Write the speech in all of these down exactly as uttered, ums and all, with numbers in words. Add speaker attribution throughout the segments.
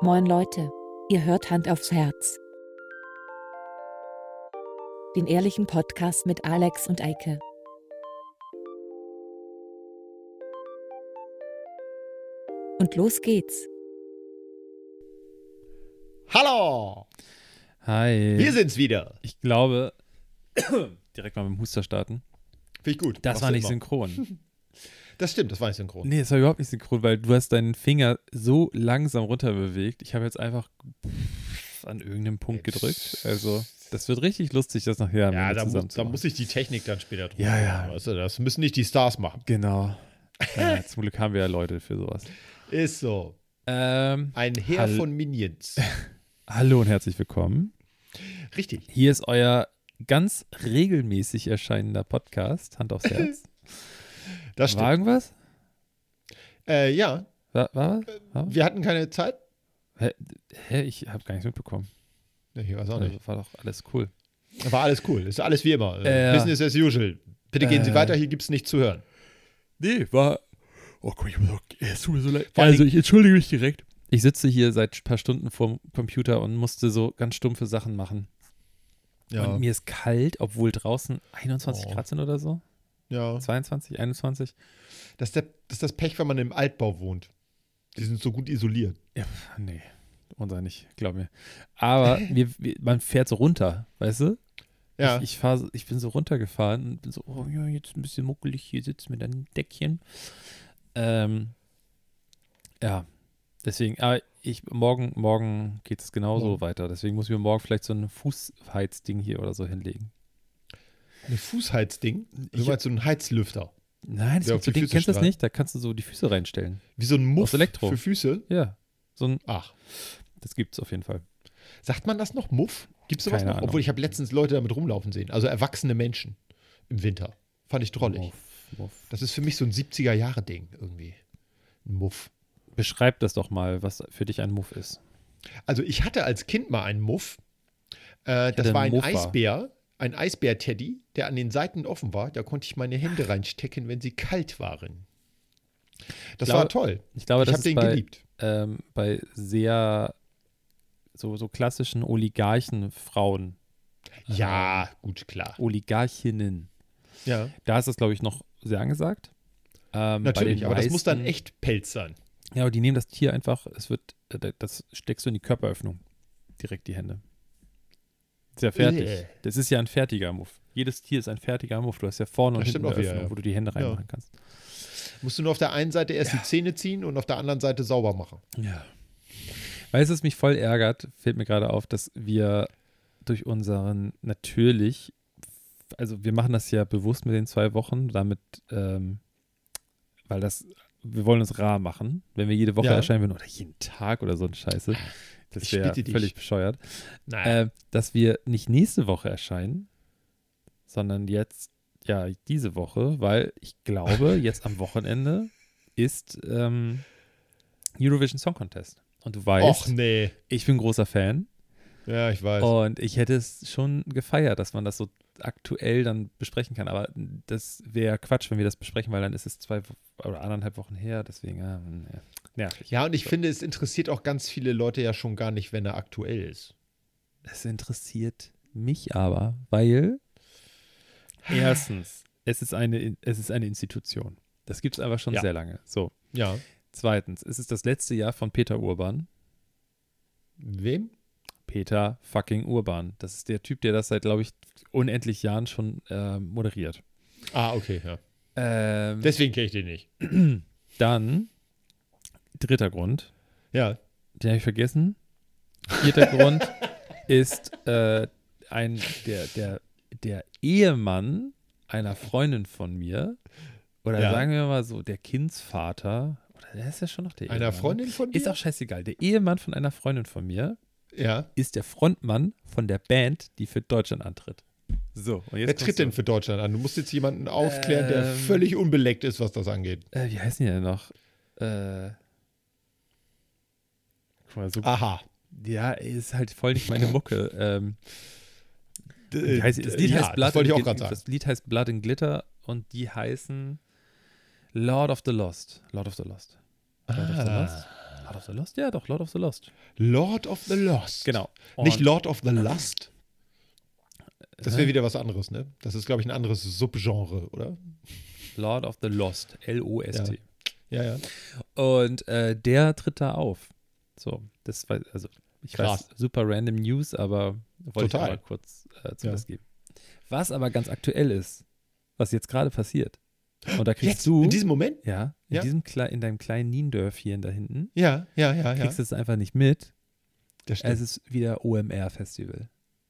Speaker 1: Moin Leute, ihr hört Hand aufs Herz. Den ehrlichen Podcast mit Alex und Eike. Und los geht's.
Speaker 2: Hallo!
Speaker 3: Hi.
Speaker 2: Wir sind's wieder.
Speaker 3: Ich glaube, direkt mal mit dem Huster starten.
Speaker 2: Finde ich gut.
Speaker 3: Das
Speaker 2: Machst
Speaker 3: war
Speaker 2: du
Speaker 3: nicht
Speaker 2: immer.
Speaker 3: synchron.
Speaker 2: Das stimmt, das war nicht synchron.
Speaker 3: Nee, das war überhaupt nicht synchron, weil du hast deinen Finger so langsam runter bewegt. Ich habe jetzt einfach an irgendeinem Punkt gedrückt. Also, das wird richtig lustig, das nachher am
Speaker 2: Ja,
Speaker 3: Ende
Speaker 2: da,
Speaker 3: zusammen
Speaker 2: muss,
Speaker 3: zu
Speaker 2: da
Speaker 3: machen.
Speaker 2: muss ich die Technik dann später drüber
Speaker 3: Ja, ja.
Speaker 2: machen, weißt du? Das müssen nicht die Stars machen.
Speaker 3: Genau. Ja, zum Glück haben wir ja Leute für sowas.
Speaker 2: Ist so.
Speaker 3: Ähm,
Speaker 2: Ein Heer
Speaker 3: Hall-
Speaker 2: von Minions.
Speaker 3: Hallo und herzlich willkommen.
Speaker 2: Richtig.
Speaker 3: Hier ist euer ganz regelmäßig erscheinender Podcast, Hand aufs Herz.
Speaker 2: Das
Speaker 3: War
Speaker 2: stimmt.
Speaker 3: irgendwas?
Speaker 2: Äh, ja,
Speaker 3: War, war, was? war was?
Speaker 2: wir hatten keine Zeit.
Speaker 3: Hä, hä, ich habe gar nichts mitbekommen.
Speaker 2: Nee, ich weiß auch
Speaker 3: Also,
Speaker 2: nicht.
Speaker 3: war doch alles cool.
Speaker 2: War alles cool. Ist alles wie immer.
Speaker 3: Äh, ja.
Speaker 2: Business as usual. Bitte gehen Sie
Speaker 3: Äh.
Speaker 2: weiter, hier gibt's nichts zu hören.
Speaker 3: Nee, war. Oh Gott, ich muss auch. Es tut mir so leid.
Speaker 2: Vor allen
Speaker 3: Also, ich entschuldige mich direkt. Ich sitze hier seit ein paar Stunden vorm Computer und musste so ganz stumpfe Sachen machen. Und mir ist kalt, obwohl draußen einundzwanzig
Speaker 2: Oh.
Speaker 3: Grad sind oder so.
Speaker 2: ja.
Speaker 3: zweiundzwanzig, einundzwanzig.
Speaker 2: Das ist, der, das ist das Pech, wenn man im Altbau wohnt. Die sind so gut isoliert.
Speaker 3: Ja, nee, unser nicht, glaub mir. Aber wir, wir, man fährt so runter, weißt du?
Speaker 2: Ja.
Speaker 3: Ich, ich, fahr, ich bin so runtergefahren und bin so, oh ja, jetzt ein bisschen muckelig hier sitzen mit einem Deckchen. Ähm, ja, deswegen, aber ich, morgen, morgen geht es genauso
Speaker 2: Morgen.
Speaker 3: weiter. Deswegen muss ich mir morgen vielleicht so ein Fußheizding hier oder so hinlegen.
Speaker 2: Ein Fußheizding. Du
Speaker 3: Ich-
Speaker 2: meinst so ein Heizlüfter.
Speaker 3: Nein, das
Speaker 2: Der
Speaker 3: gibt
Speaker 2: auf
Speaker 3: so
Speaker 2: die
Speaker 3: Ding,
Speaker 2: Füße
Speaker 3: kennst du das
Speaker 2: strahlt.
Speaker 3: nicht? Da kannst du so die Füße reinstellen.
Speaker 2: Wie so ein Muff
Speaker 3: Aus Elektro.
Speaker 2: für Füße.
Speaker 3: Ja, so ein,
Speaker 2: Ach.
Speaker 3: das gibt's auf jeden Fall.
Speaker 2: Sagt man das noch? Muff? Gibt es sowas
Speaker 3: Keine
Speaker 2: noch?
Speaker 3: Ahnung.
Speaker 2: Obwohl ich habe letztens Leute damit rumlaufen sehen. Also erwachsene Menschen im Winter. Fand ich drollig.
Speaker 3: Muff, Muff.
Speaker 2: Das ist für mich so ein siebziger-Jahre-Ding irgendwie. Ein Muff.
Speaker 3: Beschreib das doch mal, was für dich ein Muff ist.
Speaker 2: Also ich hatte als Kind mal einen Muff. Äh, das
Speaker 3: hatte
Speaker 2: war ein
Speaker 3: einen Muffa.
Speaker 2: Eisbär. Ein Eisbär-Teddy, der an den Seiten offen war. Da konnte ich meine Hände reinstecken, wenn sie kalt waren. Das
Speaker 3: glaube-
Speaker 2: war toll.
Speaker 3: Ich glaube,
Speaker 2: ich
Speaker 3: das
Speaker 2: habe
Speaker 3: ist
Speaker 2: den
Speaker 3: bei,
Speaker 2: geliebt.
Speaker 3: ähm, bei sehr so, so klassischen Oligarchenfrauen,
Speaker 2: Ja, gut, klar.
Speaker 3: Oligarchinnen.
Speaker 2: Ja,
Speaker 3: Da ist das, glaube ich, noch sehr angesagt. Ähm, bei
Speaker 2: natürlich.
Speaker 3: den
Speaker 2: Aber das muss dann
Speaker 3: meisten-
Speaker 2: echt Pelz sein.
Speaker 3: Ja, aber die nehmen das Tier einfach, es wird, äh, das steckst du in die Körperöffnung. Direkt die Hände. Ist ja fertig.
Speaker 2: Äh.
Speaker 3: Das ist ja ein fertiger Muff. Jedes Tier ist ein fertiger Muff. Du hast ja vorne und
Speaker 2: Das
Speaker 3: hinten
Speaker 2: stimmt
Speaker 3: eine
Speaker 2: auch wieder,
Speaker 3: Öffnung,
Speaker 2: ja.
Speaker 3: wo du die Hände
Speaker 2: Ja.
Speaker 3: reinmachen kannst.
Speaker 2: Musst du nur auf der einen Seite erst die Zähne ziehen und auf der anderen Seite sauber machen.
Speaker 3: Ja. Weißt du, was mich voll ärgert, fällt mir gerade auf, dass wir durch unseren natürlich, also wir machen das ja bewusst mit den zwei Wochen, damit, ähm, weil das, wir wollen uns rar machen, wenn wir jede Woche
Speaker 2: Ja.
Speaker 3: erscheinen würden oder jeden Tag oder so ein Scheiße. Das
Speaker 2: Ich
Speaker 3: wäre
Speaker 2: bitte dich.
Speaker 3: völlig bescheuert.
Speaker 2: Naja.
Speaker 3: Äh, dass wir nicht nächste Woche erscheinen, sondern jetzt, ja, diese Woche, weil ich glaube, jetzt am Wochenende ist ähm, Eurovision Song Contest. Und du weißt,
Speaker 2: Och, nee.
Speaker 3: ich bin großer Fan
Speaker 2: Ja, ich weiß.
Speaker 3: und ich hätte es schon gefeiert, dass man das so aktuell dann besprechen kann. Aber das wäre Quatsch, wenn wir das besprechen, weil dann ist es zwei Wo- oder anderthalb Wochen her. Deswegen, ja, ja, nervig.
Speaker 2: Ja, und ich
Speaker 3: So.
Speaker 2: finde, es interessiert auch ganz viele Leute ja schon gar nicht, wenn er aktuell ist.
Speaker 3: Es interessiert mich aber, weil erstens, es ist eine, es ist eine Institution. Das gibt es einfach schon
Speaker 2: Ja.
Speaker 3: sehr lange. So.
Speaker 2: Ja.
Speaker 3: Zweitens, es ist das letzte Jahr von Peter Urban.
Speaker 2: Wem?
Speaker 3: Peter fucking Urban. Das ist der Typ, der das seit, glaube ich, unendlich Jahren schon äh, moderiert.
Speaker 2: Ah, okay, ja.
Speaker 3: Ähm,
Speaker 2: Deswegen kenne ich den nicht.
Speaker 3: dann, dritter Grund,
Speaker 2: Ja.
Speaker 3: den habe ich vergessen. Vierter Grund ist äh, ein, der, der, der Ehemann einer Freundin von mir, oder
Speaker 2: Ja.
Speaker 3: sagen wir mal so, der Kindsvater, oder der ist ja schon noch der
Speaker 2: Einer
Speaker 3: Ehemann.
Speaker 2: Freundin von dir?
Speaker 3: Ist auch scheißegal. Der Ehemann von einer Freundin von mir
Speaker 2: Ja.
Speaker 3: ist der Frontmann von der Band, die für Deutschland antritt. So, und jetzt
Speaker 2: Wer
Speaker 3: kommst
Speaker 2: tritt
Speaker 3: du.
Speaker 2: denn für Deutschland an? Du musst jetzt jemanden aufklären, der
Speaker 3: Ähm.
Speaker 2: völlig unbeleckt ist, was das angeht.
Speaker 3: Äh, wie heißen die denn noch? Äh, guck mal, so,
Speaker 2: Aha.
Speaker 3: ja, ist halt voll nicht meine Mucke. ähm,
Speaker 2: D-
Speaker 3: die heißt, das Lied
Speaker 2: ja,
Speaker 3: heißt Blood
Speaker 2: das wollte ich
Speaker 3: and
Speaker 2: auch gerade
Speaker 3: Gl-
Speaker 2: sagen.
Speaker 3: Das Lied heißt Blood and Glitter und die heißen Lord of the Lost. Lord of the Lost. Lord of the
Speaker 2: Ah.
Speaker 3: Lost. Lord of the Lost? Ja, doch, Lord of the Lost.
Speaker 2: Lord of the Lost.
Speaker 3: Genau. Und
Speaker 2: Nicht Lord of the Lust? Das wäre
Speaker 3: Hä?
Speaker 2: wieder was anderes, ne? Das ist, glaube ich, ein anderes Subgenre, oder?
Speaker 3: Lord of the Lost. L O S T.
Speaker 2: Ja, ja.
Speaker 3: Und äh, der tritt da auf. So, das war, also ich
Speaker 2: Krass.
Speaker 3: weiß, super random News, aber wollte
Speaker 2: Total.
Speaker 3: ich mal kurz äh, zu
Speaker 2: Ja.
Speaker 3: das geben. Was aber ganz aktuell ist, was jetzt gerade passiert. Und da kriegst
Speaker 2: Jetzt,
Speaker 3: du,
Speaker 2: in diesem Moment?
Speaker 3: ja, in,
Speaker 2: Ja.
Speaker 3: diesem Kle in deinem kleinen Niendörfchen da hinten,
Speaker 2: Ja, ja, ja, ja.
Speaker 3: kriegst du es einfach nicht mit.
Speaker 2: Das stimmt.
Speaker 3: Es ist wieder O M R-Festival.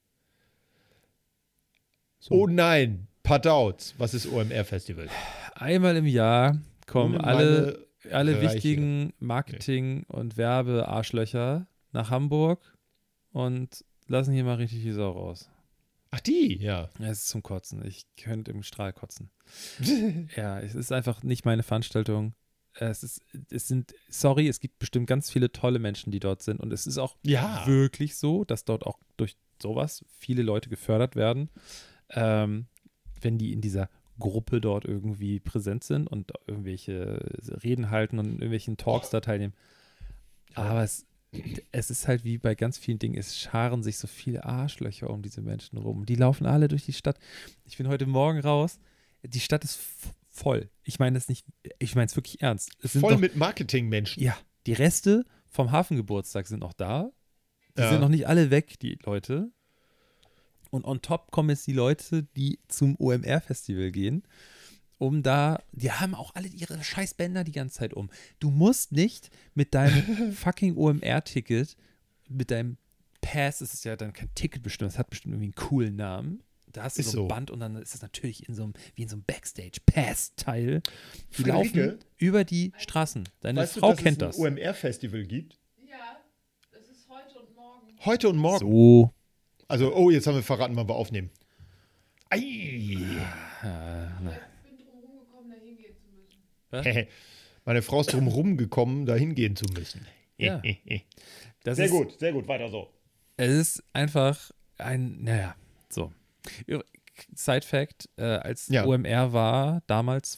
Speaker 3: So.
Speaker 2: Oh nein, Padauts. Was ist O M R-Festival?
Speaker 3: Einmal im Jahr kommen
Speaker 2: Ohne
Speaker 3: alle, alle
Speaker 2: Reiche.
Speaker 3: wichtigen Marketing- und Werbearschlöcher nach Hamburg und lassen hier mal richtig die Sau raus.
Speaker 2: Ach, die, ja.
Speaker 3: Es ist zum Kotzen. Ich könnte im Strahl kotzen. Ja, es ist einfach nicht meine Veranstaltung. Es ist, es sind, sorry, es gibt bestimmt ganz viele tolle Menschen, die dort sind. Und es ist auch
Speaker 2: Ja.
Speaker 3: wirklich so, dass dort auch durch sowas viele Leute gefördert werden, ähm, wenn die in dieser Gruppe dort irgendwie präsent sind und irgendwelche Reden halten und in irgendwelchen Talks da teilnehmen. Aber es, es ist halt wie bei ganz vielen Dingen, es scharen sich so viele Arschlöcher um diese Menschen rum. Die laufen alle durch die Stadt. Ich bin heute Morgen raus, die Stadt ist f- voll. Ich meine es nicht, ich meine es wirklich ernst. Es sind
Speaker 2: Voll
Speaker 3: doch,
Speaker 2: mit Marketingmenschen.
Speaker 3: ja, die Reste vom Hafengeburtstag sind noch da. Die
Speaker 2: Ja.
Speaker 3: sind noch nicht alle weg, die Leute. Und on top kommen jetzt die Leute, die zum O M R-Festival gehen, um da, die haben auch alle ihre scheiß Bänder die ganze Zeit um. Du musst nicht mit deinem fucking O M R-Ticket, mit deinem Pass, es ist ja dann kein Ticket bestimmt, es hat bestimmt irgendwie einen coolen Namen. Da hast du
Speaker 2: Ist
Speaker 3: so ein
Speaker 2: so.
Speaker 3: Band und dann ist das natürlich in so einem, wie in so einem Backstage-Pass-Teil. Die
Speaker 2: Friederike?
Speaker 3: laufen über die Straßen. Deine
Speaker 2: Weißt
Speaker 3: Frau
Speaker 2: du, dass
Speaker 3: kennt
Speaker 2: es
Speaker 3: das.
Speaker 2: ein O M R-Festival gibt?
Speaker 4: Ja, es ist heute und morgen.
Speaker 2: Heute und morgen.
Speaker 3: So.
Speaker 2: Also, oh, jetzt haben wir verraten, wann wir aufnehmen. Ei.
Speaker 3: Äh, na.
Speaker 4: Ich bin drum rumgekommen, da hingehen zu müssen.
Speaker 2: Meine Frau ist drum rumgekommen, da hingehen zu müssen.
Speaker 3: Ja. Das
Speaker 2: Sehr
Speaker 3: ist,
Speaker 2: gut, sehr gut, weiter so.
Speaker 3: Es ist einfach ein, naja, so. Side Fact, äh, als
Speaker 2: Ja.
Speaker 3: O M R war, damals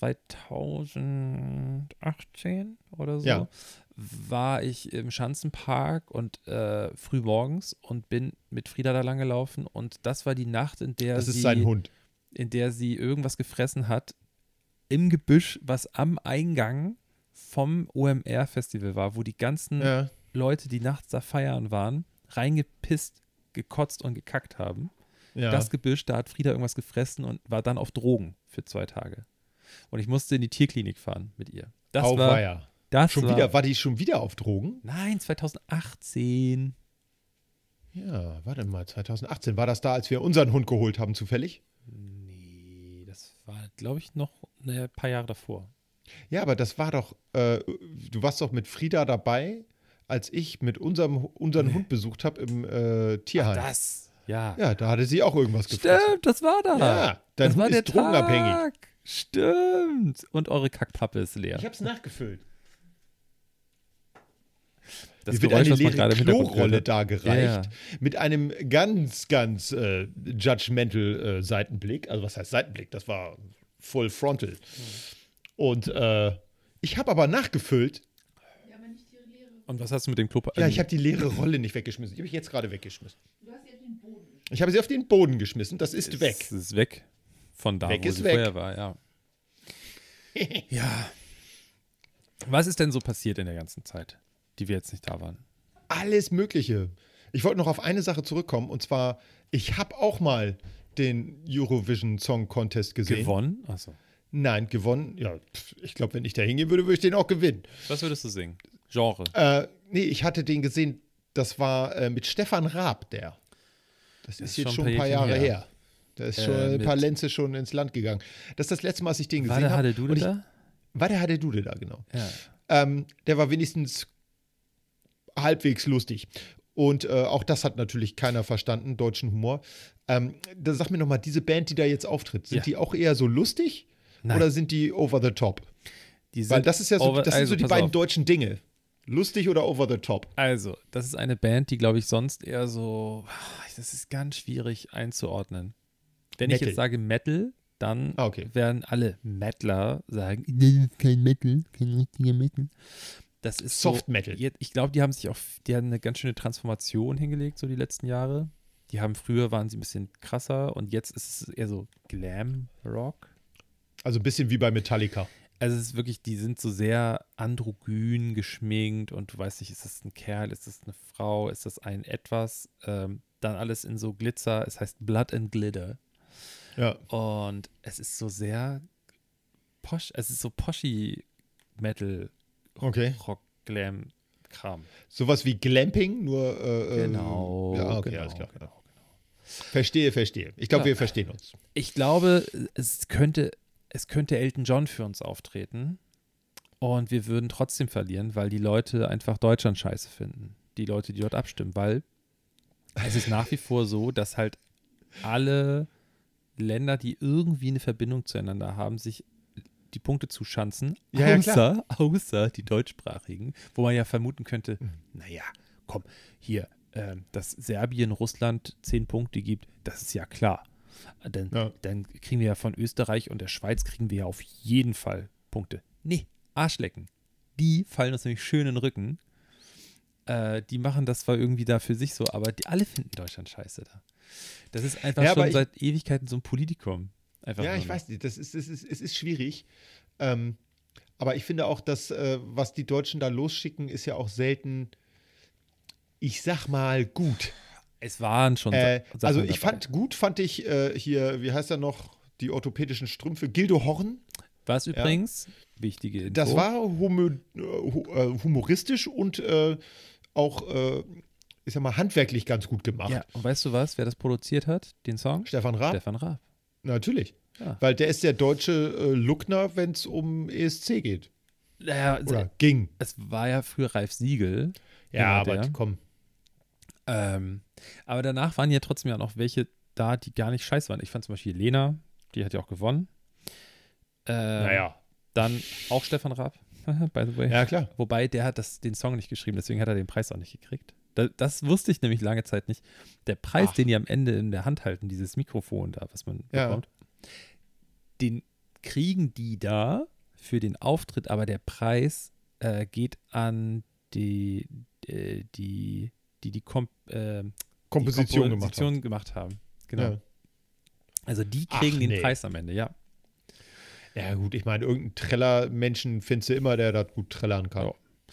Speaker 3: zweitausendachtzehn oder so,
Speaker 2: Ja.
Speaker 3: war ich im Schanzenpark und äh, früh morgens und bin mit Frieda da lang gelaufen und das war die Nacht, in der
Speaker 2: Das
Speaker 3: sie
Speaker 2: ist sein Hund.
Speaker 3: in der sie irgendwas gefressen hat im Gebüsch, was am Eingang vom O M R-Festival war, wo die ganzen
Speaker 2: Ja.
Speaker 3: Leute, die nachts da feiern waren, reingepisst, gekotzt und gekackt haben.
Speaker 2: Ja.
Speaker 3: Das Gebüsch, da hat Frieda irgendwas gefressen und war dann auf Drogen für zwei Tage. Und ich musste in die Tierklinik fahren mit ihr. Das war,
Speaker 2: Auweia.
Speaker 3: das
Speaker 2: Schon
Speaker 3: war,
Speaker 2: wieder, war die schon wieder auf Drogen?
Speaker 3: Nein, zweitausendachtzehn.
Speaker 2: Ja, warte mal, zweitausendachtzehn. War das da, als wir unseren Hund geholt haben, zufällig?
Speaker 3: Nee, das war, glaube ich, noch ein paar Jahre davor.
Speaker 2: Ja, aber das war doch, äh, du warst doch mit Frieda dabei, als ich mit unserem unseren Hund besucht habe im äh, Tierheim.
Speaker 3: Das, ja.
Speaker 2: Ja, da hatte sie auch irgendwas gefressen.
Speaker 3: Stimmt, das war da.
Speaker 2: Ja, dein
Speaker 3: das
Speaker 2: Hund
Speaker 3: war der
Speaker 2: ist drogenabhängig.
Speaker 3: Tag. Stimmt. Und eure Kackpappe ist leer.
Speaker 2: Ich hab's nachgefüllt.
Speaker 3: Das
Speaker 2: Mir wird
Speaker 3: Geräusch,
Speaker 2: eine
Speaker 3: was man
Speaker 2: leere
Speaker 3: gerade im Hintergrund
Speaker 2: Klorolle
Speaker 3: gehört hat.
Speaker 2: da gereicht.
Speaker 3: Ja.
Speaker 2: Mit einem ganz, ganz äh, judgmental äh, Seitenblick. Also was heißt Seitenblick? Das war full frontal. Und äh, ich habe aber nachgefüllt.
Speaker 4: Ja, aber nicht die leere.
Speaker 3: Und was hast du mit dem Klopapier?
Speaker 2: Ja, ich habe die leere Rolle nicht weggeschmissen. Die habe ich jetzt gerade weggeschmissen.
Speaker 4: Du hast sie auf den Boden geschmissen.
Speaker 2: Ich habe sie auf den Boden geschmissen. Das ist weg.
Speaker 3: Es ist weg. Von da,
Speaker 2: Weg
Speaker 3: wo
Speaker 2: ist
Speaker 3: sie
Speaker 2: weg.
Speaker 3: vorher war, ja. Ja. Was ist denn so passiert in der ganzen Zeit, die wir jetzt nicht da waren?
Speaker 2: Alles Mögliche. Ich wollte noch auf eine Sache zurückkommen. Und zwar, ich habe auch mal den Eurovision Song Contest gesehen.
Speaker 3: Gewonnen? Achso.
Speaker 2: Nein, gewonnen. Ja, pf, ich glaube, wenn ich da hingehen würde, würde ich den auch gewinnen.
Speaker 3: Was würdest du singen? Genre?
Speaker 2: Äh, nee, ich hatte den gesehen, das war äh, mit Stefan Raab, der. Das,
Speaker 3: Das
Speaker 2: ist
Speaker 3: ist
Speaker 2: jetzt
Speaker 3: schon
Speaker 2: schon
Speaker 3: ein
Speaker 2: ein
Speaker 3: paar
Speaker 2: paar
Speaker 3: Jährchen
Speaker 2: Jahre
Speaker 3: her.
Speaker 2: her. Da ist
Speaker 3: Äh,
Speaker 2: schon ein paar
Speaker 3: mit-
Speaker 2: Lenze schon ins Das gegangen. Das ist das letzte Mal, als ich den
Speaker 3: War
Speaker 2: gesehen
Speaker 3: der
Speaker 2: habe.
Speaker 3: Hadedude
Speaker 2: Und ich-
Speaker 3: da?
Speaker 2: War der Hadedude da, genau.
Speaker 3: Ja.
Speaker 2: Ähm, der war wenigstens halbwegs lustig. Und äh, auch das hat natürlich keiner verstanden, deutschen Humor. Ähm, da sag mir nochmal, diese Band, die da jetzt auftritt, sind
Speaker 3: Ja.
Speaker 2: die auch eher so lustig
Speaker 3: Nein.
Speaker 2: oder sind die over the top?
Speaker 3: Die
Speaker 2: Weil
Speaker 3: sind
Speaker 2: das ist ja so,
Speaker 3: over-
Speaker 2: das sind
Speaker 3: also,
Speaker 2: so die
Speaker 3: pass
Speaker 2: beiden
Speaker 3: auf.
Speaker 2: deutschen Dinge. Lustig oder over the top?
Speaker 3: Also, das ist eine Band, die, glaube ich, sonst eher so, das ist ganz schwierig einzuordnen. Wenn ich
Speaker 2: Metal.
Speaker 3: jetzt sage Metal, dann
Speaker 2: Ah, okay.
Speaker 3: werden alle Metaler sagen, das ist kein Metal, kein richtiger Metal. Das ist
Speaker 2: Soft
Speaker 3: so,
Speaker 2: Metal.
Speaker 3: jetzt- Ich glaube, die haben sich auch, die haben eine ganz schöne Transformation hingelegt, so die letzten Jahre. Die haben früher waren sie ein bisschen krasser und jetzt ist es eher so Glam Rock.
Speaker 2: Also ein bisschen wie bei Metallica.
Speaker 3: Also es ist wirklich, die sind so sehr androgyn geschminkt und du weißt nicht, ist das ein Kerl, ist das eine Frau, ist das ein etwas? Ähm, dann alles in so Glitzer, es heißt Blood and Glitter.
Speaker 2: Ja.
Speaker 3: Und es ist so sehr posch, es ist so poshy Metal,
Speaker 2: Okay.
Speaker 3: Rock, Glam, Kram.
Speaker 2: Sowas wie Glamping, nur. Äh, äh,
Speaker 3: Genau.
Speaker 2: Ja, okay,
Speaker 3: genau,
Speaker 2: alles klar.
Speaker 3: Genau.
Speaker 2: Verstehe, verstehe. Ich glaube,
Speaker 3: Ja.
Speaker 2: wir verstehen uns.
Speaker 3: Ich glaube, es könnte, es könnte Elton John für uns auftreten und wir würden trotzdem verlieren, weil die Leute einfach Deutschland scheiße finden. Die Leute, die dort abstimmen, weil es ist nach wie vor so, dass halt alle Länder, die irgendwie eine Verbindung zueinander haben, sich die Punkte zuschanzen,
Speaker 2: Ja, ja,
Speaker 3: außer, außer die deutschsprachigen, wo man ja vermuten könnte,
Speaker 2: Mhm.
Speaker 3: naja, komm, hier, ähm, dass Serbien Russland zehn Punkte gibt, das ist ja klar. Dann,
Speaker 2: Ja.
Speaker 3: dann kriegen wir ja von Österreich und der Schweiz kriegen wir ja auf jeden Fall Punkte. Nee, Arschlecken. Die fallen uns nämlich schön in den Rücken. Äh, die machen das zwar irgendwie da für sich so, aber die alle finden Deutschland scheiße da. Das ist einfach
Speaker 2: Ja, aber
Speaker 3: schon
Speaker 2: ich-
Speaker 3: seit Ewigkeiten so ein Politikum. Einfach
Speaker 2: Ja,
Speaker 3: nur
Speaker 2: ich
Speaker 3: noch.
Speaker 2: weiß nicht, das ist, das ist, es ist schwierig. Ähm, aber ich finde auch, dass, äh, was die Deutschen da losschicken, ist ja auch selten, ich sag mal, gut.
Speaker 3: Es waren schon
Speaker 2: Äh,
Speaker 3: Sa- Sachen
Speaker 2: also ich
Speaker 3: dabei.
Speaker 2: fand, gut fand ich äh, hier, wie heißt er noch, die orthopädischen Strümpfe, Gildo Horn.
Speaker 3: Was übrigens, wichtige Info.
Speaker 2: Das war homo, äh, hu- äh, humoristisch und äh, auch, äh, ich sag mal, handwerklich ganz gut gemacht.
Speaker 3: Ja, und weißt du was, wer das produziert hat, den Song?
Speaker 2: Stefan Raab?
Speaker 3: Stefan Raab.
Speaker 2: Natürlich.
Speaker 3: Ja.
Speaker 2: Weil der ist der deutsche äh, Luckner, wenn es um E S C geht.
Speaker 3: Naja,
Speaker 2: Oder ging.
Speaker 3: es war ja früher Ralf Siegel.
Speaker 2: Ja,
Speaker 3: Immer
Speaker 2: aber
Speaker 3: der.
Speaker 2: komm.
Speaker 3: Ähm, aber danach waren ja trotzdem ja noch welche da, die gar nicht scheiße waren. Ich fand zum Beispiel Lena, die hat ja auch gewonnen. Ähm,
Speaker 2: Naja.
Speaker 3: Dann auch Stefan Raab, by the way.
Speaker 2: Ja, klar.
Speaker 3: Wobei, der hat das, den Song nicht geschrieben, deswegen hat er den Preis auch nicht gekriegt. Da, das wusste ich nämlich lange Zeit nicht. Der Preis,
Speaker 2: Ach.
Speaker 3: den die am Ende in der Hand halten, dieses Mikrofon da, was man
Speaker 2: Ja.
Speaker 3: bekommt, den kriegen die da für den Auftritt, aber der Preis äh, geht an die, äh, die, die die, Kom äh,
Speaker 2: Komposition
Speaker 3: die
Speaker 2: gemacht
Speaker 3: Komposition
Speaker 2: hat.
Speaker 3: gemacht haben. Genau.
Speaker 2: Ja.
Speaker 3: Also die
Speaker 2: Ach,
Speaker 3: kriegen den
Speaker 2: nee.
Speaker 3: Preis am Ende, ja.
Speaker 2: Ja, gut, ich meine, irgendeinen Treller-Menschen findest du immer, der das gut trellern kann.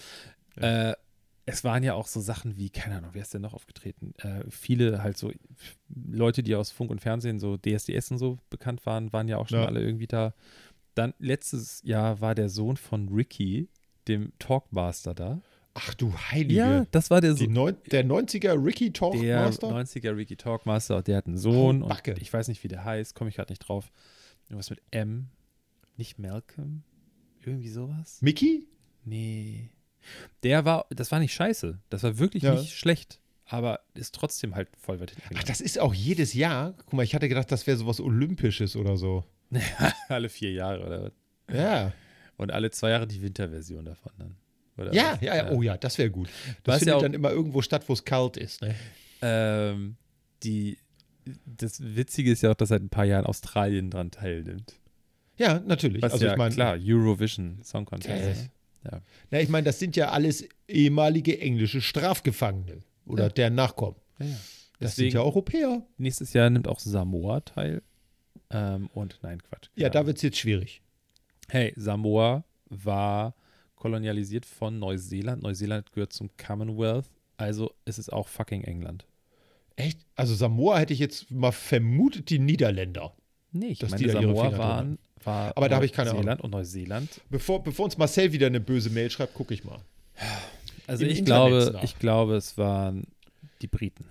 Speaker 3: Ja. Äh, es waren ja auch so Sachen wie, keine Ahnung, wer ist denn noch aufgetreten? Äh, viele halt so Leute, die aus Funk und Fernsehen, so D S D S und so bekannt waren, waren ja auch schon
Speaker 2: Ja.
Speaker 3: alle irgendwie da. Dann letztes Jahr war der Sohn von Ricky, dem Talkmaster da.
Speaker 2: Ach du Heilige.
Speaker 3: Ja, das war der
Speaker 2: Die
Speaker 3: Sohn.
Speaker 2: Neun- der neunziger Ricky
Speaker 3: Der
Speaker 2: Talkmaster?
Speaker 3: neunziger Ricky Talkmaster, der hat einen Sohn
Speaker 2: Oh,
Speaker 3: und
Speaker 2: Backe.
Speaker 3: ich weiß nicht, wie der heißt, komme ich gerade nicht drauf. Irgendwas mit M. Nicht Malcolm? Irgendwie sowas?
Speaker 2: Mickey?
Speaker 3: Nee. Der war, das war nicht scheiße. Das war wirklich
Speaker 2: Ja.
Speaker 3: nicht schlecht. Aber ist trotzdem halt voll weit hinten
Speaker 2: Ach,
Speaker 3: gegangen.
Speaker 2: das ist auch jedes Jahr. Guck mal, ich hatte gedacht, das wäre sowas Olympisches oder so.
Speaker 3: Alle vier Jahre oder was.
Speaker 2: Ja.
Speaker 3: Und alle zwei Jahre die Winterversion davon dann. Oder
Speaker 2: Ja,
Speaker 3: was?
Speaker 2: ja, ja. Oh ja, das wäre gut. Das
Speaker 3: Was
Speaker 2: findet
Speaker 3: ja auch-
Speaker 2: dann immer irgendwo statt, wo es kalt ist. Ne?
Speaker 3: Ähm, die, das Witzige ist ja auch, dass seit ein paar Jahren Australien dran teilnimmt.
Speaker 2: Ja, natürlich.
Speaker 3: Was
Speaker 2: also
Speaker 3: ja,
Speaker 2: ich meine,
Speaker 3: klar, Eurovision Song Contest.
Speaker 2: Äh.
Speaker 3: ne? Ja.
Speaker 2: na, ich meine, das sind ja alles ehemalige englische Strafgefangene oder
Speaker 3: Ja.
Speaker 2: deren Nachkommen.
Speaker 3: Ja, ja.
Speaker 2: Das sind
Speaker 3: Deswegen,
Speaker 2: ja Europäer.
Speaker 3: nächstes Jahr nimmt auch Samoa teil. Ähm, und nein, Quatsch.
Speaker 2: Ja, da wird es jetzt schwierig.
Speaker 3: Hey, Samoa war kolonialisiert von Neuseeland. Neuseeland gehört zum Commonwealth. Also ist es auch fucking England.
Speaker 2: Echt? Also Samoa hätte ich jetzt mal vermutet, die Niederländer.
Speaker 3: Nee, ich
Speaker 2: Dass
Speaker 3: meine,
Speaker 2: die da ihre
Speaker 3: Samoa
Speaker 2: Finger drin
Speaker 3: waren, war
Speaker 2: Aber da habe ich keine
Speaker 3: Neuseeland und Neuseeland.
Speaker 2: Bevor, bevor uns Marcel wieder eine böse Mail schreibt, gucke ich mal.
Speaker 3: Also
Speaker 2: Im
Speaker 3: ich
Speaker 2: Internet
Speaker 3: glaube,
Speaker 2: nach.
Speaker 3: ich glaube, es waren die Briten.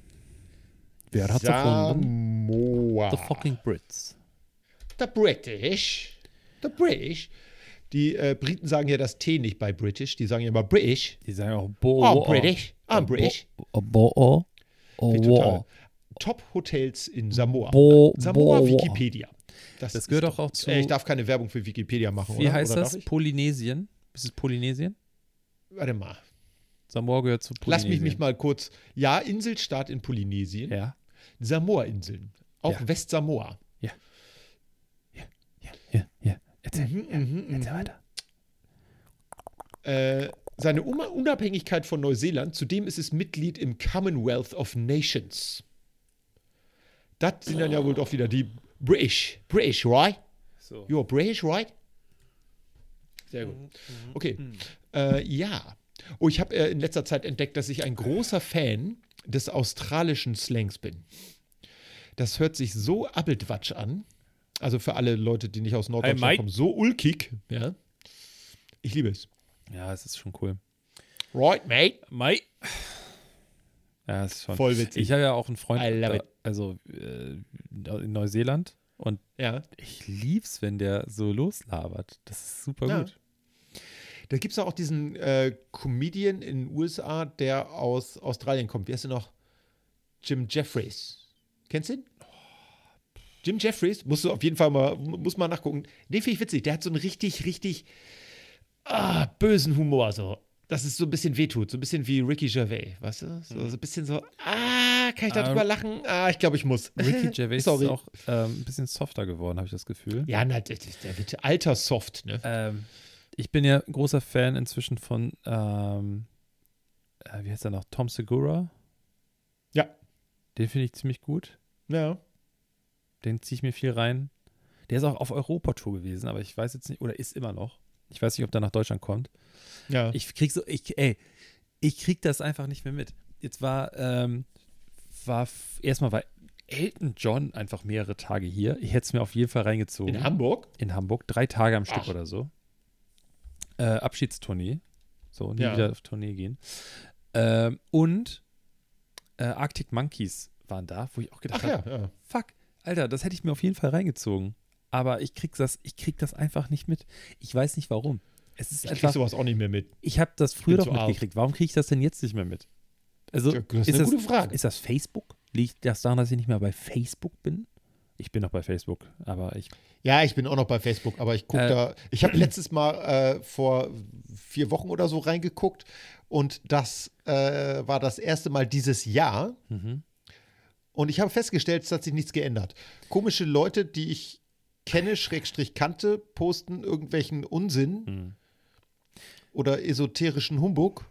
Speaker 3: Wer hat's erfunden?
Speaker 2: Samoa.
Speaker 3: The fucking Brits.
Speaker 2: The British. The British. Die äh, Briten sagen ja das T nicht bei British. Die sagen ja immer British.
Speaker 3: Die sagen auch Bo.
Speaker 2: Oh, British. I'm British.
Speaker 3: Bo. Bo. Oh.
Speaker 2: Finde ich
Speaker 3: Oh.
Speaker 2: total. Top-Hotels in Samoa.
Speaker 3: Bo.
Speaker 2: Samoa
Speaker 3: Bo.
Speaker 2: Wikipedia.
Speaker 3: Das
Speaker 2: ist
Speaker 3: gehört
Speaker 2: doch-
Speaker 3: auch, auch zu.
Speaker 2: Äh, ich darf keine Werbung für Wikipedia machen,
Speaker 3: Wie
Speaker 2: oder?
Speaker 3: heißt
Speaker 2: oder
Speaker 3: das?
Speaker 2: Darf ich?
Speaker 3: Polynesien? Ist es Polynesien?
Speaker 2: Warte mal.
Speaker 3: Samoa gehört zu
Speaker 2: Lass
Speaker 3: Polynesien.
Speaker 2: mich mich mal kurz. Ja, Inselstaat in Polynesien.
Speaker 3: Ja.
Speaker 2: Samoa-Inseln. Auch
Speaker 3: Ja.
Speaker 2: Westsamoa.
Speaker 3: Ja, ja, ja. Erzähl,
Speaker 2: Mhm,
Speaker 3: ja,
Speaker 2: mhm,
Speaker 3: erzähl
Speaker 2: mhm.
Speaker 3: weiter.
Speaker 2: Äh, seine Un- Unabhängigkeit von Neuseeland. Zudem ist es Mitglied im Commonwealth of Nations. Das sind dann ja wohl doch wieder die British. British, right?
Speaker 3: So.
Speaker 2: You're British, right? Sehr gut. Okay. Äh, ja. Oh, ich habe äh, in letzter Zeit entdeckt, dass ich ein großer Fan des australischen Slangs bin. Das hört sich so Abbeltwatsch an. Also für alle Leute, die nicht aus Norddeutschland
Speaker 3: Mate.
Speaker 2: kommen, so ulkig. Ja. Ich liebe es.
Speaker 3: Ja, es ist schon cool.
Speaker 2: Right, mate.
Speaker 3: Mai. Ja, es ist schon.
Speaker 2: Voll witzig.
Speaker 3: Ich habe ja auch einen Freund,
Speaker 2: I love
Speaker 3: da,
Speaker 2: it.
Speaker 3: also äh, in Neuseeland und
Speaker 2: Ja.
Speaker 3: ich lieb's, wenn der so loslabert. Das ist super
Speaker 2: Ja.
Speaker 3: gut.
Speaker 2: Da gibt es auch diesen äh, Comedian in den U S A, der aus Australien kommt. Wie heißt er noch? Jim Jeffries. Kennst du ihn? Jim Jeffries, musst du auf jeden Fall mal, muss mal nachgucken. Den finde ich witzig. Der hat so einen richtig, richtig ah, bösen Humor. So. Dass es so ein bisschen wehtut. So ein bisschen wie Ricky Gervais, weißt du? So, so ein bisschen so, ah, kann ich da
Speaker 3: Ah,
Speaker 2: drüber lachen? Ah, ich glaube, ich muss.
Speaker 3: Ricky Gervais
Speaker 2: Sorry.
Speaker 3: ist auch ähm, ein bisschen softer geworden, habe ich das Gefühl.
Speaker 2: Ja, na, der, der wird alter soft, ne?
Speaker 3: Ähm, ich bin ja ein großer Fan inzwischen von, ähm, äh, wie heißt er noch? Tom Segura.
Speaker 2: Ja.
Speaker 3: Den finde ich ziemlich gut.
Speaker 2: Ja.
Speaker 3: Den ziehe ich mir viel rein. Der ist auch auf Europatour gewesen, aber ich weiß jetzt nicht, oder ist immer noch. Ich weiß nicht, ob der nach Deutschland kommt.
Speaker 2: Ja.
Speaker 3: Ich krieg so, ich, ey, ich krieg das einfach nicht mehr mit. Jetzt war, ähm, war, f- erstmal war Elton John einfach mehrere Tage hier. Ich hätte es mir auf jeden Fall reingezogen.
Speaker 2: In Hamburg?
Speaker 3: In Hamburg. Drei Tage am Stück
Speaker 2: Ach.
Speaker 3: oder so. Äh, Abschiedstournee. So, nie
Speaker 2: Ja.
Speaker 3: wieder auf Tournee gehen. Ähm, und äh, Arctic Monkeys waren da, wo ich auch gedacht
Speaker 2: Ach
Speaker 3: habe,
Speaker 2: ja, ja.
Speaker 3: fuck, Alter, das hätte ich mir auf jeden Fall reingezogen. Aber ich krieg das, ich krieg das einfach nicht mit. Ich weiß nicht warum. Es ist
Speaker 2: Ich krieg
Speaker 3: einfach,
Speaker 2: sowas auch nicht mehr mit.
Speaker 3: ich habe das früher
Speaker 2: bin
Speaker 3: doch
Speaker 2: zu alt.
Speaker 3: mitgekriegt. Warum kriege ich das denn jetzt nicht mehr mit? Also,
Speaker 2: Ja, das ist
Speaker 3: ist,
Speaker 2: eine
Speaker 3: das,
Speaker 2: gute Frage.
Speaker 3: ist das Facebook? Liegt das daran, dass ich nicht mehr bei Facebook bin? Ich bin noch bei Facebook, aber ich.
Speaker 2: Ja, ich bin auch noch bei Facebook, aber ich gucke
Speaker 3: Äh.
Speaker 2: da. Ich habe letztes Mal äh, vor vier Wochen oder so reingeguckt und das äh, war das erste Mal dieses Jahr.
Speaker 3: Mhm.
Speaker 2: Und ich habe festgestellt, es hat sich nichts geändert. Komische Leute, die ich kenne, Schrägstrich kannte, posten irgendwelchen Unsinn
Speaker 3: Mhm.
Speaker 2: oder esoterischen Humbug.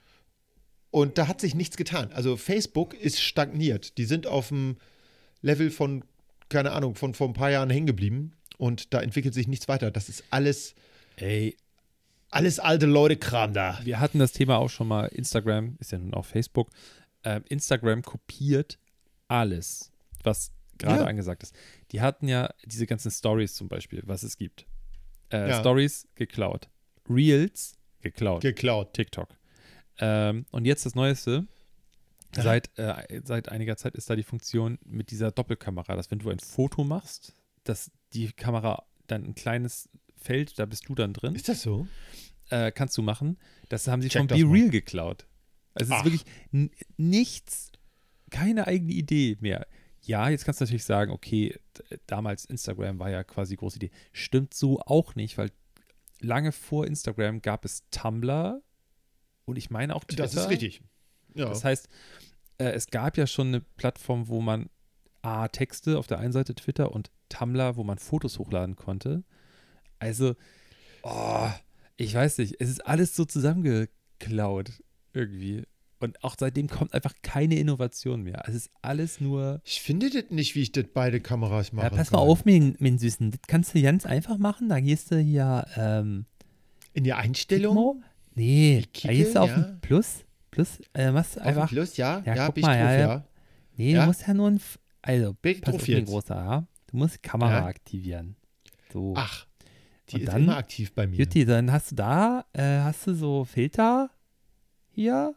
Speaker 2: Und da hat sich nichts getan. Also Facebook ist stagniert. Die sind auf dem Level von, keine Ahnung, von vor ein paar Jahren hängen geblieben. Und da entwickelt sich nichts weiter. Das ist alles,
Speaker 3: Ey,
Speaker 2: alles alte Leute-Kram da.
Speaker 3: wir hatten das Thema auch schon mal. Instagram ist ja nun auch Facebook. Ähm, Instagram kopiert alles, was gerade
Speaker 2: Ja.
Speaker 3: angesagt ist. Die hatten ja diese ganzen Stories zum Beispiel, was es gibt. Äh,
Speaker 2: Ja.
Speaker 3: Stories geklaut. Reels geklaut.
Speaker 2: Geklaut.
Speaker 3: TikTok. Ähm, und jetzt das Neueste.
Speaker 2: Ja.
Speaker 3: Seit, äh, seit einiger Zeit ist da die Funktion mit dieser Doppelkamera, dass wenn du ein Foto machst, dass die Kamera dann ein kleines Feld, da bist du dann drin,
Speaker 2: Ist das so?
Speaker 3: äh, kannst du machen. Das haben sie
Speaker 2: Check
Speaker 3: von
Speaker 2: das
Speaker 3: Be
Speaker 2: mal.
Speaker 3: Real geklaut. Also es
Speaker 2: Ach.
Speaker 3: ist wirklich n- nichts, keine eigene Idee mehr. Ja, jetzt kannst du natürlich sagen, okay, d- damals Instagram war ja quasi große Idee. Stimmt so auch nicht, weil lange vor Instagram gab es Tumblr und ich meine auch Twitter.
Speaker 2: Das ist richtig. Ja.
Speaker 3: Das heißt, äh, es gab ja schon eine Plattform, wo man A, Texte auf der einen Seite Twitter und Tumblr, wo man Fotos hochladen konnte. Also, oh, ich weiß nicht, es ist alles so zusammengeklaut irgendwie. Und auch seitdem kommt einfach keine Innovation mehr. Es ist alles nur.
Speaker 2: Ich finde das nicht, wie ich das beide Kameras mache.
Speaker 5: Ja, pass mal auf, mein, mein Süßen. Das kannst du ganz einfach machen. Da gehst du hier, ähm,
Speaker 2: In die Einstellung?
Speaker 5: Gizmo? Nee,
Speaker 2: Kicke,
Speaker 5: da gehst du auf
Speaker 2: ja.
Speaker 5: den Plus. Plus, äh, machst du
Speaker 2: Auf dem
Speaker 5: einfach.
Speaker 2: Plus, ja?
Speaker 5: Ja,
Speaker 2: Ja,
Speaker 5: guck
Speaker 2: bin ich
Speaker 5: mal,
Speaker 2: drauf,
Speaker 5: ja,
Speaker 2: ja.
Speaker 5: ja. Nee,
Speaker 2: Ja?
Speaker 5: du musst ja nur ein. F- Also,
Speaker 2: Bin ich
Speaker 5: pass
Speaker 2: drauf
Speaker 5: auf, mein
Speaker 2: jetzt?
Speaker 5: Großer, ja. Du musst die Kamera
Speaker 2: Ja.
Speaker 5: aktivieren. So.
Speaker 2: Ach, die
Speaker 5: Und
Speaker 2: ist
Speaker 5: dann-
Speaker 2: immer aktiv bei mir.
Speaker 5: Jutti, dann hast du da, äh, hast du so Filter hier.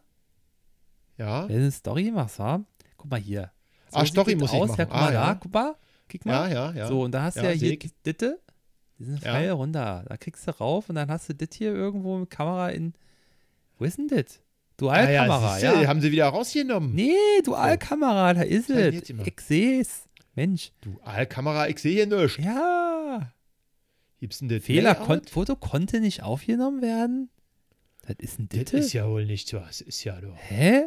Speaker 2: Ja?
Speaker 5: Wenn du eine Story machst, wa? Guck mal hier. So
Speaker 2: Ah,
Speaker 5: sieht
Speaker 2: Story
Speaker 5: das
Speaker 2: muss ich
Speaker 5: aus.
Speaker 2: machen.
Speaker 5: Ja, guck
Speaker 2: Ah,
Speaker 5: mal
Speaker 2: ja.
Speaker 5: da, guck mal. Guck mal.
Speaker 2: Ja, ja, ja.
Speaker 5: So, und da hast
Speaker 2: Ja,
Speaker 5: du ja
Speaker 2: seh
Speaker 5: hier
Speaker 2: ich.
Speaker 5: Ditte, diesen
Speaker 2: Ja.
Speaker 5: Pfeil runter. Da kriegst du rauf und dann hast du das hier irgendwo mit Kamera in. Wo ist denn das? Dualkamera,
Speaker 2: ah,
Speaker 5: ja.
Speaker 2: siehste, haben sie wieder rausgenommen.
Speaker 5: Nee, Dualkamera, da ist
Speaker 2: Zeig mir
Speaker 5: es.
Speaker 2: jetzt mal.
Speaker 5: Ich seh's. Mensch.
Speaker 2: Dualkamera, ich sehe hier nichts.
Speaker 5: Ja.
Speaker 2: Gibt's denn das
Speaker 5: Fehler,
Speaker 2: Layout?
Speaker 5: kon Foto konnte nicht aufgenommen werden? Das ist ein
Speaker 2: Das
Speaker 5: Ditte?
Speaker 2: ist ja wohl nicht so. Das ist ja doch.
Speaker 5: Hä?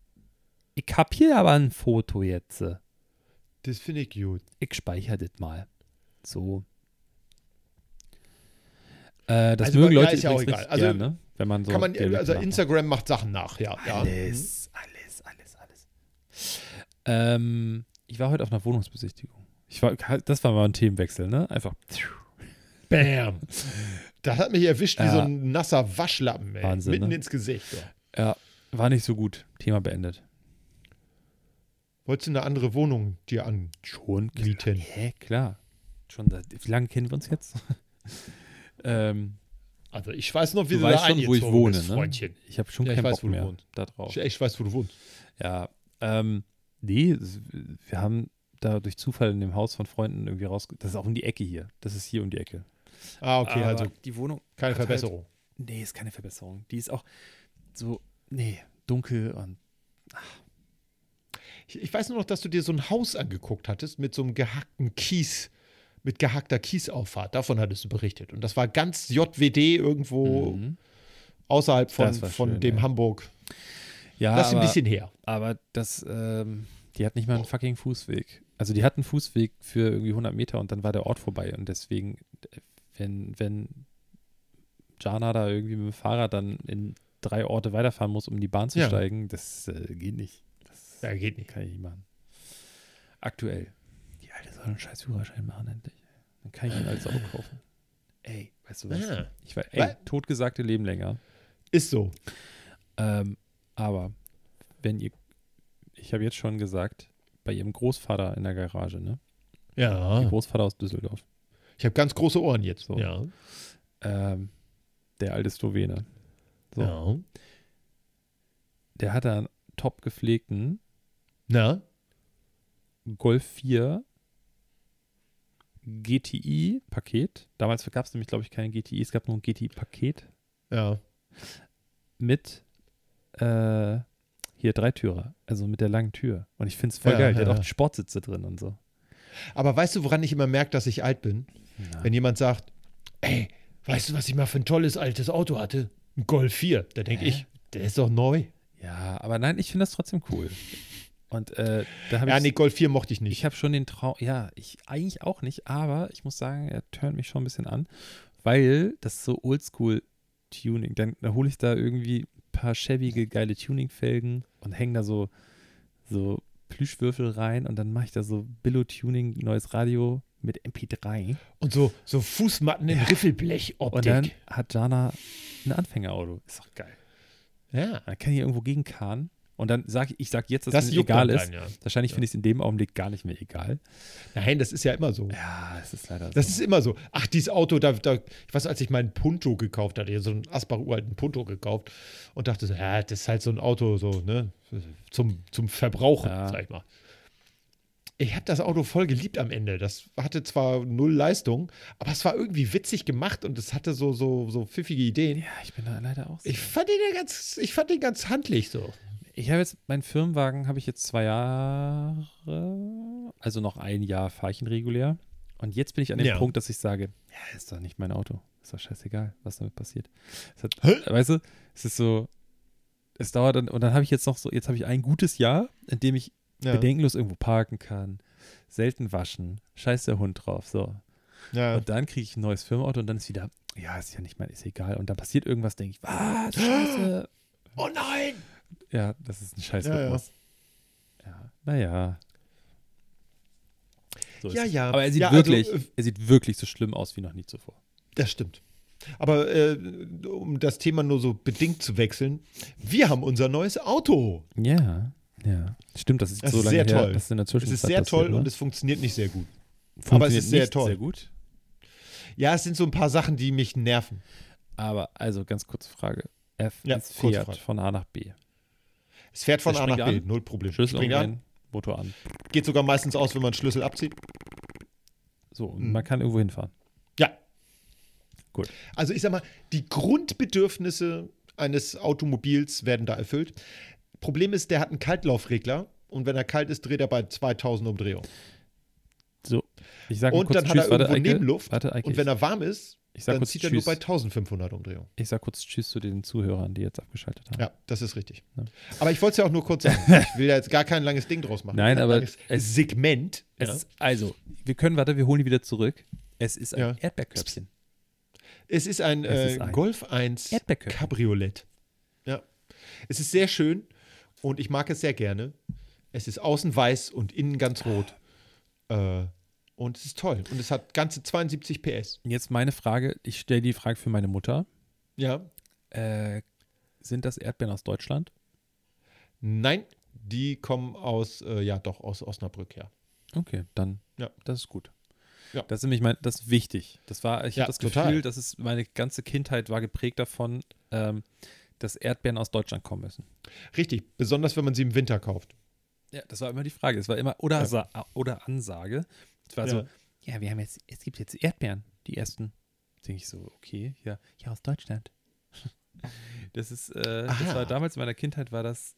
Speaker 5: Ich hab hier aber ein Foto jetzt.
Speaker 2: Das finde ich gut.
Speaker 5: Ich speichere das mal. So.
Speaker 3: Äh, das
Speaker 2: Also,
Speaker 3: mögen
Speaker 2: ja,
Speaker 3: Leute
Speaker 2: ist ja auch
Speaker 3: übrigens
Speaker 2: egal.
Speaker 3: nicht
Speaker 2: Also,
Speaker 3: gerne, wenn man so
Speaker 2: Kann man,
Speaker 3: Dialekte
Speaker 2: also
Speaker 3: nachmacht.
Speaker 2: Instagram macht Sachen nach, ja. ja.
Speaker 3: Alles, alles, alles, alles. Ähm, ich war heute auf einer Wohnungsbesichtigung. Ich war, das war mal ein Themenwechsel, ne? Einfach.
Speaker 2: Bam. Das hat mich erwischt wie
Speaker 3: Ja.
Speaker 2: so ein nasser Waschlappen, ey.
Speaker 3: Wahnsinn,
Speaker 2: Mitten
Speaker 3: ne?
Speaker 2: ins Gesicht. So.
Speaker 3: Ja, war nicht so gut. Thema beendet.
Speaker 2: Wolltest du eine andere Wohnung dir an?
Speaker 3: Schon.
Speaker 2: Mieten.
Speaker 3: Hä, klar. Schon da, wie lange kennen wir uns jetzt? ähm,
Speaker 2: Also ich weiß noch, wie
Speaker 3: du
Speaker 2: du,
Speaker 3: weißt
Speaker 2: da
Speaker 3: schon, wo ich
Speaker 2: eingezogen
Speaker 3: wohne,
Speaker 2: bist,
Speaker 3: ne?
Speaker 2: Freundchen.
Speaker 3: Ich habe schon
Speaker 2: Ja, ich
Speaker 3: keinen
Speaker 2: weiß,
Speaker 3: Bock
Speaker 2: wo du
Speaker 3: mehr
Speaker 2: wohnst.
Speaker 3: da drauf.
Speaker 2: Ich, ich weiß, wo du wohnst.
Speaker 3: Ja, ähm, nee, es- wir haben da durch Zufall in dem Haus von Freunden irgendwie raus. Das ist auch um die Ecke hier. Das ist hier um die Ecke.
Speaker 2: Ah, okay,
Speaker 3: Aber
Speaker 2: also
Speaker 3: die Wohnung.
Speaker 2: keine
Speaker 3: hat halt-
Speaker 2: Verbesserung.
Speaker 3: Nee, ist keine Verbesserung. Die ist auch so, nee, dunkel und
Speaker 2: Ich, ich weiß nur noch, dass du dir so ein Haus angeguckt hattest mit so einem gehackten Kies, mit gehackter Kiesauffahrt. Davon hattest du berichtet. Und das war ganz J W D irgendwo
Speaker 3: Mhm.
Speaker 2: außerhalb von,
Speaker 3: Das war
Speaker 2: von
Speaker 3: schön,
Speaker 2: dem
Speaker 3: ja.
Speaker 2: Hamburg.
Speaker 3: Ja,
Speaker 2: Das ist ein
Speaker 3: aber,
Speaker 2: bisschen her.
Speaker 3: aber das, ähm, die hat nicht mal einen fucking Fußweg. Also die hat einen Fußweg für irgendwie hundert Meter und dann war der Ort vorbei und deswegen, äh, wenn, wenn Jana da irgendwie mit dem Fahrrad dann in drei Orte weiterfahren muss, um in die Bahn zu
Speaker 2: Ja.
Speaker 3: steigen, das äh, geht nicht. Das
Speaker 2: Ja, geht nicht.
Speaker 3: kann ich nicht machen. Aktuell. Die Alte soll einen scheiß Führerschein machen endlich. Dann kann ich ihn als Auto kaufen. Ey, weißt du was?
Speaker 2: Ah.
Speaker 3: Ich war, ey,
Speaker 2: Was?
Speaker 3: totgesagte leben länger.
Speaker 2: Ist so.
Speaker 3: Ähm, aber wenn ihr, ich habe jetzt schon gesagt, bei ihrem Großvater in der Garage, ne?
Speaker 2: Ja.
Speaker 3: Ihr Großvater aus Düsseldorf.
Speaker 2: Ich habe ganz große Ohren jetzt.
Speaker 3: So.
Speaker 2: Ja.
Speaker 3: Ähm, der alte Slowene. So.
Speaker 2: Ja.
Speaker 3: Der hat da einen top gepflegten
Speaker 2: Na?
Speaker 3: Golf vier G T I-Paket. Damals gab es nämlich, glaube ich, kein G T I, es gab nur ein G T I-Paket
Speaker 2: Ja.
Speaker 3: mit äh, hier Dreitürer, also mit der langen Tür. Und ich finde es voll
Speaker 2: Ja,
Speaker 3: geil. Der
Speaker 2: ja.
Speaker 3: hat auch die Sportsitze drin und so.
Speaker 2: Aber weißt du, woran ich immer merke, dass ich alt bin?
Speaker 3: Ja.
Speaker 2: Wenn jemand sagt, ey, weißt du, was ich mal für ein tolles altes Auto hatte? Ein Golf vier. Da denke
Speaker 3: Hä?
Speaker 2: ich, der ist doch neu.
Speaker 3: Ja, aber nein, ich finde das trotzdem cool. Und äh, da habe
Speaker 2: Ja,
Speaker 3: ich,
Speaker 2: nee, Golf vier mochte ich nicht.
Speaker 3: ich habe schon den Traum, ja, ich eigentlich auch nicht, aber ich muss sagen, er turnt mich schon ein bisschen an, weil das ist so Oldschool-Tuning. Dann, dann hole ich da irgendwie ein paar schäbige, geile Tuning-Felgen und hänge da so, so Plüschwürfel rein und dann mache ich da so Billo-Tuning, neues Radio mit M P drei.
Speaker 2: Und so, so Fußmatten in
Speaker 3: Ja.
Speaker 2: Riffelblech-Optik.
Speaker 3: Und dann hat Jana ein Anfängerauto. Ist doch geil.
Speaker 2: ja.
Speaker 3: Dann kann ich irgendwo gegenkarren. Und dann sage ich, ich sage jetzt, dass
Speaker 2: Das
Speaker 3: es mir
Speaker 2: juckt
Speaker 3: egal
Speaker 2: dann
Speaker 3: ist.
Speaker 2: rein, ja.
Speaker 3: Wahrscheinlich
Speaker 2: Ja.
Speaker 3: finde ich es in dem Augenblick gar nicht mehr egal.
Speaker 2: Nein, das ist ja immer so.
Speaker 3: Ja, es ist leider
Speaker 2: Das
Speaker 3: so.
Speaker 2: ist immer so. Ach, dieses Auto, da, da, ich weiß, als ich meinen Punto gekauft hatte, so einen Asbach-uralten Punto gekauft und dachte so, ja, das ist halt so ein Auto, so, ne, zum, zum Verbrauchen,
Speaker 3: Ja.
Speaker 2: sag ich mal. Ich habe das Auto voll geliebt am Ende. Das hatte zwar null Leistung, aber es war irgendwie witzig gemacht und es hatte so, so, so pfiffige Ideen.
Speaker 3: Ja, ich bin da leider auch so.
Speaker 2: Ich fand den ja ganz, ich fand den ganz handlich so.
Speaker 3: Ich habe jetzt, meinen Firmenwagen habe ich jetzt zwei Jahre, also noch ein Jahr fahre ich ihn regulär. Und jetzt bin ich an dem
Speaker 2: Ja.
Speaker 3: Punkt, dass ich sage, ja, ist doch nicht mein Auto. Ist doch scheißegal, was damit passiert. Es hat,
Speaker 2: Hä?
Speaker 3: weißt du, es ist so, es dauert dann, und dann habe ich jetzt noch so, jetzt habe ich ein gutes Jahr, in dem ich
Speaker 2: Ja.
Speaker 3: bedenkenlos irgendwo parken kann, selten waschen, scheiß der Hund drauf, so.
Speaker 2: Ja.
Speaker 3: Und dann kriege ich ein neues Firmenauto und dann ist wieder, ja, ist ja nicht mein, ist egal. Und dann passiert irgendwas, denke ich, was, scheiße.
Speaker 2: Oh nein!
Speaker 3: Ja, das ist ein scheiß
Speaker 2: Ja, ja.
Speaker 3: Rhythmus. Ja, naja. So ist
Speaker 2: Ja,
Speaker 3: es.
Speaker 2: ja.
Speaker 3: Aber er sieht
Speaker 2: Ja, also,
Speaker 3: wirklich,
Speaker 2: äh,
Speaker 3: er sieht wirklich so schlimm aus wie noch nie zuvor.
Speaker 2: Das stimmt. Aber äh, um das Thema nur so bedingt zu wechseln, wir haben unser neues Auto.
Speaker 3: Ja, ja. Stimmt, das ist
Speaker 2: Das
Speaker 3: so
Speaker 2: ist
Speaker 3: lange
Speaker 2: sehr
Speaker 3: her,
Speaker 2: toll.
Speaker 3: dass es in der
Speaker 2: Es
Speaker 3: Zwischenzeit
Speaker 2: ist sehr
Speaker 3: passiert,
Speaker 2: toll
Speaker 3: ne?
Speaker 2: und es funktioniert nicht sehr gut.
Speaker 3: Funktioniert
Speaker 2: aber es ist sehr
Speaker 3: nicht
Speaker 2: toll.
Speaker 3: sehr gut.
Speaker 2: Ja, es sind so ein paar Sachen, die mich nerven.
Speaker 3: Aber, also, ganz kurze Frage. Er
Speaker 2: Ja,
Speaker 3: es
Speaker 2: kurze
Speaker 3: fährt
Speaker 2: Frage.
Speaker 3: von A nach B.
Speaker 2: Es fährt von
Speaker 3: Er
Speaker 2: A nach
Speaker 3: springt
Speaker 2: B,
Speaker 3: an,
Speaker 2: null Problem.
Speaker 3: Schlüssel
Speaker 2: Springt an,
Speaker 3: umdrehen, Motor an.
Speaker 2: geht sogar meistens aus, wenn man Schlüssel abzieht.
Speaker 3: So, und
Speaker 2: Mhm.
Speaker 3: man kann irgendwo hinfahren.
Speaker 2: Ja.
Speaker 3: Gut.
Speaker 2: Also ich sag mal, die Grundbedürfnisse eines Automobils werden da erfüllt. Problem ist, der hat einen Kaltlaufregler und wenn er kalt ist, dreht er bei zweitausend Umdrehungen.
Speaker 3: So, ich sage mal
Speaker 2: Und
Speaker 3: kurz
Speaker 2: dann hat
Speaker 3: Tschüss,
Speaker 2: er
Speaker 3: warte,
Speaker 2: irgendwo
Speaker 3: Eike,
Speaker 2: Nebenluft.
Speaker 3: Warte, Eike,
Speaker 2: Und wenn er warm ist,
Speaker 3: ich sag
Speaker 2: dann
Speaker 3: kurz
Speaker 2: zieht er nur
Speaker 3: Tschüss.
Speaker 2: bei eintausendfünfhundert Umdrehungen.
Speaker 3: Ich sag kurz Tschüss zu den Zuhörern, die jetzt abgeschaltet haben.
Speaker 2: Ja, das ist richtig.
Speaker 3: Ja.
Speaker 2: Aber ich wollte es ja auch nur kurz sagen. Ich will ja jetzt gar kein langes Ding draus machen.
Speaker 3: Nein,
Speaker 2: Ein
Speaker 3: aber
Speaker 2: langes
Speaker 3: es-
Speaker 2: Segment.
Speaker 3: Es
Speaker 2: Ja.
Speaker 3: ist, also, wir können, warte, wir holen die wieder zurück. Es ist ein
Speaker 2: Ja.
Speaker 3: Erdbeerkörbchen.
Speaker 2: Es ist ein,
Speaker 3: Es
Speaker 2: äh,
Speaker 3: ist ein
Speaker 2: Golf eins
Speaker 3: Erdbeerköpfchen.
Speaker 2: Cabriolet. Ja. Es ist sehr schön und ich mag es sehr gerne. Es ist außen weiß und innen ganz rot. Äh, und es ist toll. Und es hat ganze zweiundsiebzig P S.
Speaker 3: Jetzt meine Frage, ich stelle die Frage für meine Mutter.
Speaker 2: Ja.
Speaker 3: Äh, sind das Erdbeeren aus Deutschland?
Speaker 2: Nein, die kommen aus, äh, ja doch, aus Osnabrück, ja.
Speaker 3: Okay, dann,
Speaker 2: Ja.
Speaker 3: das ist gut.
Speaker 2: Ja.
Speaker 3: Das ist nämlich mein, das ist wichtig. Das war, ich
Speaker 2: Ja,
Speaker 3: habe das Gefühl,
Speaker 2: total.
Speaker 3: dass es meine ganze Kindheit war geprägt davon, ähm, dass Erdbeeren aus Deutschland kommen müssen.
Speaker 2: Richtig, besonders wenn man sie im Winter kauft.
Speaker 3: Ja, das war immer die Frage. Es war immer oder,
Speaker 2: Ja.
Speaker 3: Sa oder Ansage. Es war
Speaker 2: Ja.
Speaker 3: so, ja, wir haben jetzt, es gibt jetzt Erdbeeren, die ersten. Denke ich so, okay, ja, ja, aus Deutschland. Das ist, äh, das
Speaker 2: Aha.
Speaker 3: war damals in meiner Kindheit war das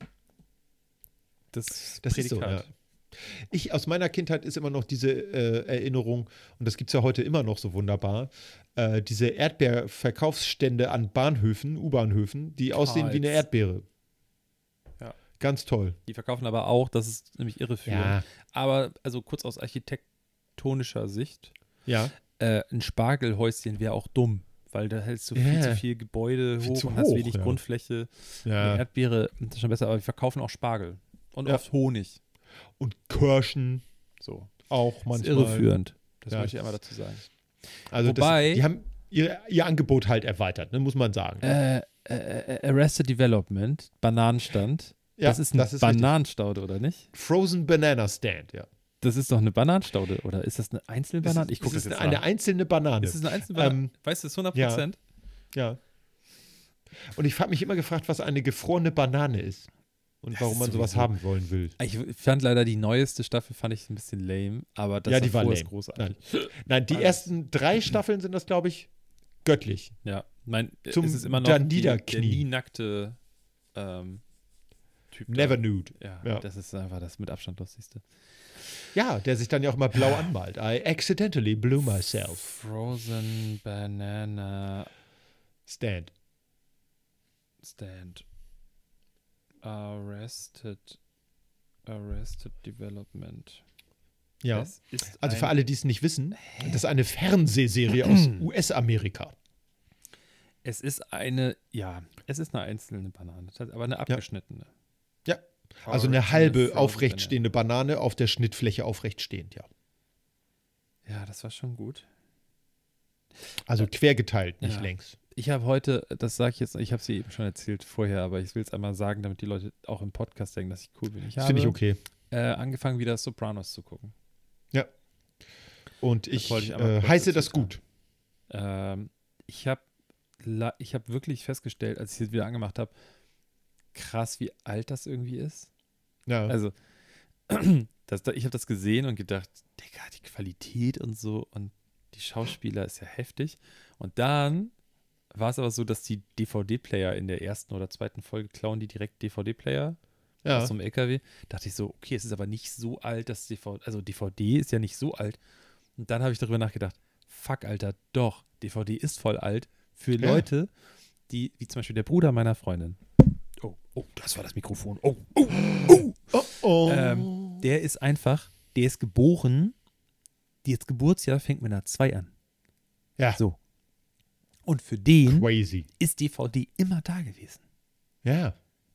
Speaker 3: das,
Speaker 2: Das ist so,
Speaker 3: Prädikat.
Speaker 2: ja. Ich, aus meiner Kindheit ist immer noch diese äh, Erinnerung, und das gibt es ja heute immer noch so wunderbar, äh, diese Erdbeerverkaufsstände an Bahnhöfen, U-Bahnhöfen, die aussehen wie eine
Speaker 3: Karls.
Speaker 2: Erdbeere.
Speaker 3: Ja.
Speaker 2: Ganz toll.
Speaker 3: Die verkaufen aber auch, das ist nämlich irreführend. Aber, also kurz aus architektonischer Sicht,
Speaker 2: ja.
Speaker 3: äh, ein Spargelhäuschen wäre auch dumm, weil da hältst du viel
Speaker 2: Ja.
Speaker 3: zu viel Gebäude
Speaker 2: Viel
Speaker 3: hoch
Speaker 2: zu
Speaker 3: und hast
Speaker 2: hoch,
Speaker 3: wenig
Speaker 2: ja.
Speaker 3: Grundfläche. Eine
Speaker 2: ja.
Speaker 3: Erdbeere ist schon besser, aber wir verkaufen auch Spargel. Und
Speaker 2: Ja.
Speaker 3: oft Honig.
Speaker 2: Und Kirschen
Speaker 3: So.
Speaker 2: auch
Speaker 3: Das ist
Speaker 2: manchmal.
Speaker 3: irreführend. Das
Speaker 2: Ja.
Speaker 3: möchte ich einmal dazu sagen.
Speaker 2: Also
Speaker 3: Wobei-
Speaker 2: das, die haben ihr, ihr Angebot halt erweitert, ne, muss man sagen.
Speaker 3: Äh, äh, äh, Arrested Development, Bananenstand.
Speaker 2: ja,
Speaker 3: das ist ein
Speaker 2: richtig.
Speaker 3: Bananenstaude, oder nicht?
Speaker 2: Frozen Banana Stand, ja.
Speaker 3: Das ist doch eine Bananenstaude, oder ist das eine einzelne
Speaker 2: Das
Speaker 3: Banane?
Speaker 2: ist,
Speaker 3: Ich gucke
Speaker 2: das
Speaker 3: das
Speaker 2: ist
Speaker 3: jetzt
Speaker 2: eine
Speaker 3: nach.
Speaker 2: einzelne Banane.
Speaker 3: Ist es eine einzelne Banane?
Speaker 2: Ähm,
Speaker 3: weißt du das hundert Prozent?
Speaker 2: Ja. Und ich habe mich immer gefragt, was eine gefrorene Banane ist. Und
Speaker 3: Das
Speaker 2: warum
Speaker 3: ist
Speaker 2: man sowas
Speaker 3: sowieso-
Speaker 2: haben wollen will.
Speaker 3: Ich fand leider die neueste Staffel fand ich ein bisschen lame, aber das
Speaker 2: Ja, die war
Speaker 3: davor
Speaker 2: lame.
Speaker 3: ist großartig.
Speaker 2: Nein, die
Speaker 3: Alles.
Speaker 2: ersten drei Staffeln sind das, glaube ich, göttlich.
Speaker 3: Ja, mein,
Speaker 2: Zum
Speaker 3: es ist immer noch
Speaker 2: da
Speaker 3: die, der
Speaker 2: niederknien.
Speaker 3: nie nackte ähm, Typ.
Speaker 2: Never
Speaker 3: da.
Speaker 2: nude.
Speaker 3: Ja,
Speaker 2: Ja.
Speaker 3: das ist einfach das mit Abstand lustigste.
Speaker 2: Ja, der sich dann ja auch mal blau anmalt. I accidentally blew myself.
Speaker 3: Frozen Banana
Speaker 2: Stand.
Speaker 3: Stand. Arrested. Arrested Development.
Speaker 2: Ja.
Speaker 3: Es ist
Speaker 2: Also
Speaker 3: ein,
Speaker 2: für alle, die es nicht wissen, das ist eine Fernsehserie aus U S-Amerika.
Speaker 3: Es ist eine, ja, es ist eine einzelne Banane, aber eine abgeschnittene.
Speaker 2: Ja. Also eine
Speaker 3: Original
Speaker 2: halbe
Speaker 3: Frozen
Speaker 2: aufrecht stehende Banane auf der Schnittfläche aufrecht stehend, ja.
Speaker 3: Banana. Ja, das war schon gut.
Speaker 2: Also quergeteilt, nicht
Speaker 3: Ja.
Speaker 2: längs.
Speaker 3: Ich habe heute, das sage ich jetzt, ich habe sie eben schon erzählt vorher, aber ich will es einmal sagen, damit die Leute auch im Podcast denken, dass ich cool bin. Ich
Speaker 2: Das
Speaker 3: habe
Speaker 2: finde ich okay.
Speaker 3: äh, angefangen, wieder Sopranos zu gucken.
Speaker 2: Und
Speaker 3: Das
Speaker 2: ich,
Speaker 3: wollte ich einmal
Speaker 2: äh,
Speaker 3: kurz
Speaker 2: heiße
Speaker 3: dazu
Speaker 2: das
Speaker 3: sagen.
Speaker 2: gut.
Speaker 3: Ähm, ich habe ich hab wirklich festgestellt, als ich es wieder angemacht habe, krass, wie alt das irgendwie ist.
Speaker 2: Ja.
Speaker 3: Also, das, ich habe das gesehen und gedacht, Digga, die Qualität und so und die Schauspieler ist ja heftig. Und dann war es aber so, dass die D V D-Player in der ersten oder zweiten Folge klauen die direkt D V D-Player
Speaker 2: ja.
Speaker 3: aus so einem L K W. Dachte ich so, okay, es ist aber nicht so alt, dass D V D, also D V D ist ja nicht so alt. Und dann habe ich darüber nachgedacht, fuck, Alter, doch, D V D ist voll alt für
Speaker 2: Ja.
Speaker 3: Leute, die, wie zum Beispiel der Bruder meiner Freundin. Oh, oh, das war das Mikrofon. Oh, oh, oh.
Speaker 2: Oh, oh.
Speaker 3: Ähm, Der ist einfach, der ist geboren, das Geburtsjahr fängt mit einer zwei an.
Speaker 2: ja.
Speaker 3: So. Und für den
Speaker 2: Crazy.
Speaker 3: ist D V D immer da gewesen.
Speaker 2: Ja.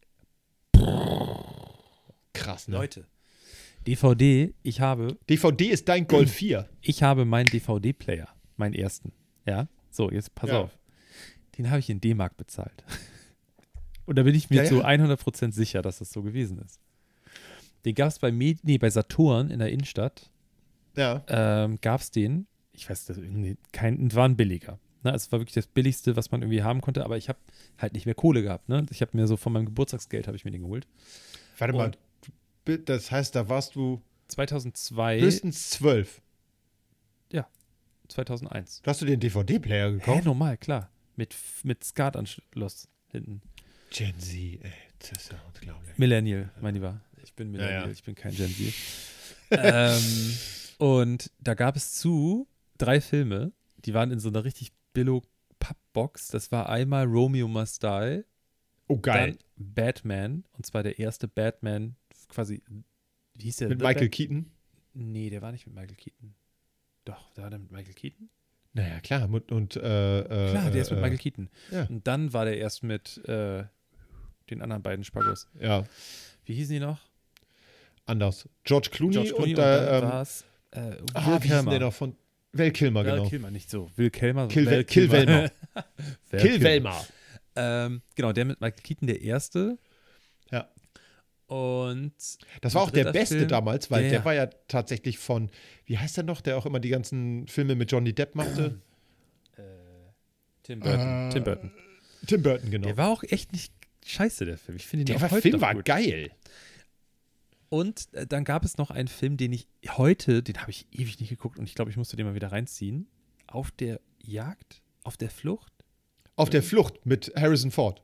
Speaker 2: Krass, ne?
Speaker 3: Leute, D V D, ich habe,
Speaker 2: D V D ist dein Golf vier.
Speaker 3: ich habe meinen D V D-Player, meinen ersten. Ja, so, jetzt pass
Speaker 2: Ja.
Speaker 3: auf. Den habe ich in D-Mark bezahlt. Und da bin ich mir
Speaker 2: Ja, ja.
Speaker 3: zu hundert Prozent sicher, dass das so gewesen ist. Den gab es bei, Med- nee, bei Saturn in der Innenstadt.
Speaker 2: Ja.
Speaker 3: ähm, gab es den, ich weiß, das irgendwie kein, war ein billiger. Ne? Es war wirklich das Billigste, was man irgendwie haben konnte, aber ich habe halt nicht mehr Kohle gehabt. Ne? Ich habe mir so von meinem Geburtstagsgeld habe ich mir den geholt.
Speaker 2: Warte mal.
Speaker 3: Und-
Speaker 2: du- Das heißt, da warst du
Speaker 3: zweitauszwei,
Speaker 2: höchstens zwölf.
Speaker 3: zweitausendeins.
Speaker 2: Hast du den D V D-Player
Speaker 3: Hä,
Speaker 2: gekauft?
Speaker 3: normal, klar. Mit, mit Skatanschluss hinten.
Speaker 2: Gen Z, ey. Das ist ja unglaublich.
Speaker 3: Millennial, mein Lieber. Ich bin Millennial,
Speaker 2: Ja, ja.
Speaker 3: ich bin kein Gen Z. ähm, und da gab es zu drei Filme, die waren in so einer richtig billo Pappbox. Das war einmal Romeo Must Die,
Speaker 2: Oh, geil.
Speaker 3: dann Batman, und zwar der erste Batman, quasi, wie hieß der?
Speaker 2: Mit
Speaker 3: The
Speaker 2: Michael
Speaker 3: Bat-
Speaker 2: Keaton.
Speaker 3: Nee, der war nicht mit Michael Keaton. Doch, der war der mit Michael Keaton?
Speaker 2: Naja, klar. Und, und äh, äh,
Speaker 3: Klar, der ist mit
Speaker 2: äh,
Speaker 3: Michael Keaton.
Speaker 2: Ja.
Speaker 3: Und dann war der erst mit äh, den anderen beiden Spaggos.
Speaker 2: Ja,
Speaker 3: Wie hießen die noch?
Speaker 2: anders. George Clooney,
Speaker 3: George Clooney
Speaker 2: und,
Speaker 3: und,
Speaker 2: äh,
Speaker 3: dann
Speaker 2: ähm,
Speaker 3: war es äh, Will
Speaker 2: ah, wie hieß denn
Speaker 3: Kilmer.
Speaker 2: der noch von Val Kilmer,
Speaker 3: Val
Speaker 2: genau.
Speaker 3: Kilmer, nicht so. Will Kilmer.
Speaker 2: Kill,
Speaker 3: Val
Speaker 2: Kill Velmer.
Speaker 3: Val
Speaker 2: Kill
Speaker 3: Kilmer.
Speaker 2: Velmer.
Speaker 3: Ähm, genau, der mit Michael Keaton, der erste.
Speaker 2: Ja.
Speaker 3: Und
Speaker 2: Das war auch der
Speaker 3: dritter
Speaker 2: beste
Speaker 3: Film.
Speaker 2: damals, weil
Speaker 3: Ja,
Speaker 2: der
Speaker 3: ja.
Speaker 2: war ja tatsächlich von, wie heißt der noch, der auch immer die ganzen Filme mit Johnny Depp machte?
Speaker 3: äh, Tim Burton.
Speaker 2: Äh,
Speaker 3: Tim Burton.
Speaker 2: Tim Burton, genau.
Speaker 3: Der war auch echt nicht scheiße, der Film. Ich finde ihn
Speaker 2: Der
Speaker 3: auch
Speaker 2: war,
Speaker 3: heute
Speaker 2: Film
Speaker 3: noch
Speaker 2: war
Speaker 3: gut.
Speaker 2: geil.
Speaker 3: Und äh, dann gab es noch einen Film, den ich heute, den habe ich ewig nicht geguckt und ich glaube, ich musste den mal wieder reinziehen. Auf der Jagd? Auf der Flucht?
Speaker 2: Auf der Flucht mit Harrison Ford,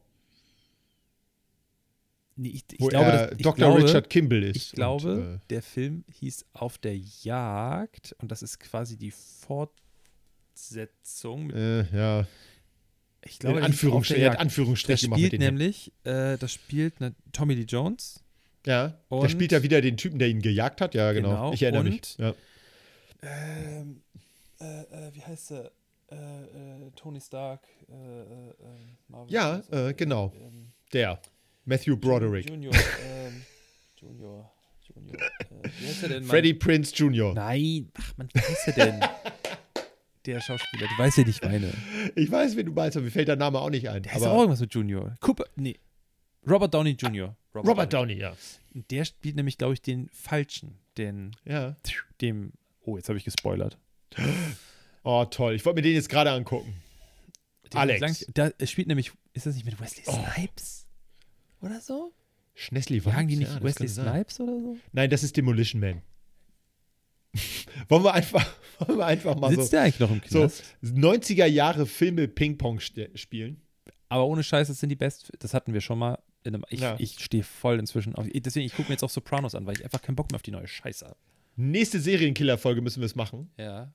Speaker 3: Nee, ich, ich
Speaker 2: wo
Speaker 3: glaube,
Speaker 2: er
Speaker 3: das, ich
Speaker 2: Doktor
Speaker 3: glaube,
Speaker 2: Richard Kimball ist.
Speaker 3: Ich glaube,
Speaker 2: Und, äh,
Speaker 3: der Film hieß Auf der Jagd und das ist quasi die Fortsetzung. Mit,
Speaker 2: äh, ja,
Speaker 3: ich
Speaker 2: in
Speaker 3: glaube, der hieß Auf der
Speaker 2: Anführungsstrichen, er hat
Speaker 3: Jagd.
Speaker 2: Anführungsstriche
Speaker 3: Das
Speaker 2: gemacht mit
Speaker 3: spielt
Speaker 2: den
Speaker 3: nämlich, äh, das spielt ne, Tommy Lee Jones.
Speaker 2: Ja, der
Speaker 3: Und-
Speaker 2: spielt ja wieder den Typen, der ihn gejagt hat. Ja, genau.
Speaker 3: Genau,
Speaker 2: Ich erinnere mich.
Speaker 3: und-
Speaker 2: Ja.
Speaker 3: Ähm, äh, äh, wie heißt er? Äh, äh, Tony Stark. Äh, äh, Marvel.
Speaker 2: Ja, äh, genau.
Speaker 3: Ähm,
Speaker 2: Der. Matthew Broderick.
Speaker 3: Junior. Ähm, Junior. Junior. Äh, wie heißt er denn? Mann?
Speaker 2: Freddie Prinze Junior
Speaker 3: Nein. Ach, Mann, wie heißt er denn? Der Schauspieler. Du weißt ja nicht meine.
Speaker 2: Ich weiß, wen du meinst, aber mir fällt der Name auch nicht ein.
Speaker 3: Der heißt
Speaker 2: aber
Speaker 3: auch irgendwas mit Junior. Cooper. Nee. Robert Downey Junior
Speaker 2: Robert Downey, ja.
Speaker 3: Der spielt nämlich, glaube ich, den Falschen. Den,
Speaker 2: Ja.
Speaker 3: dem. Oh, jetzt habe ich gespoilert.
Speaker 2: Oh, toll. Ich wollte mir den jetzt gerade angucken.
Speaker 3: Den
Speaker 2: Alex.
Speaker 3: Lang, da es spielt nämlich, ist das nicht mit Wesley
Speaker 2: Oh.
Speaker 3: Snipes? Oder so?
Speaker 2: Schnessli
Speaker 3: Jagen die nicht
Speaker 2: ja, das
Speaker 3: Wesley
Speaker 2: kann sein.
Speaker 3: Snipes oder so?
Speaker 2: Nein, das ist Demolition Man. wollen, wir einfach, wollen wir einfach mal
Speaker 3: Sitzt
Speaker 2: so,
Speaker 3: der eigentlich noch im
Speaker 2: so
Speaker 3: Knast?
Speaker 2: neunziger Jahre Filme Ping-Pong st- spielen?
Speaker 3: Aber ohne Scheiß, das sind die Best. Das hatten wir schon mal. In einem, ich
Speaker 2: Ja.
Speaker 3: ich stehe voll inzwischen auf. Deswegen, ich gucke mir jetzt auch Sopranos an, weil ich einfach keinen Bock mehr auf die neue Scheiße habe.
Speaker 2: Nächste Serienkiller-Folge müssen wir es machen.
Speaker 3: Ja.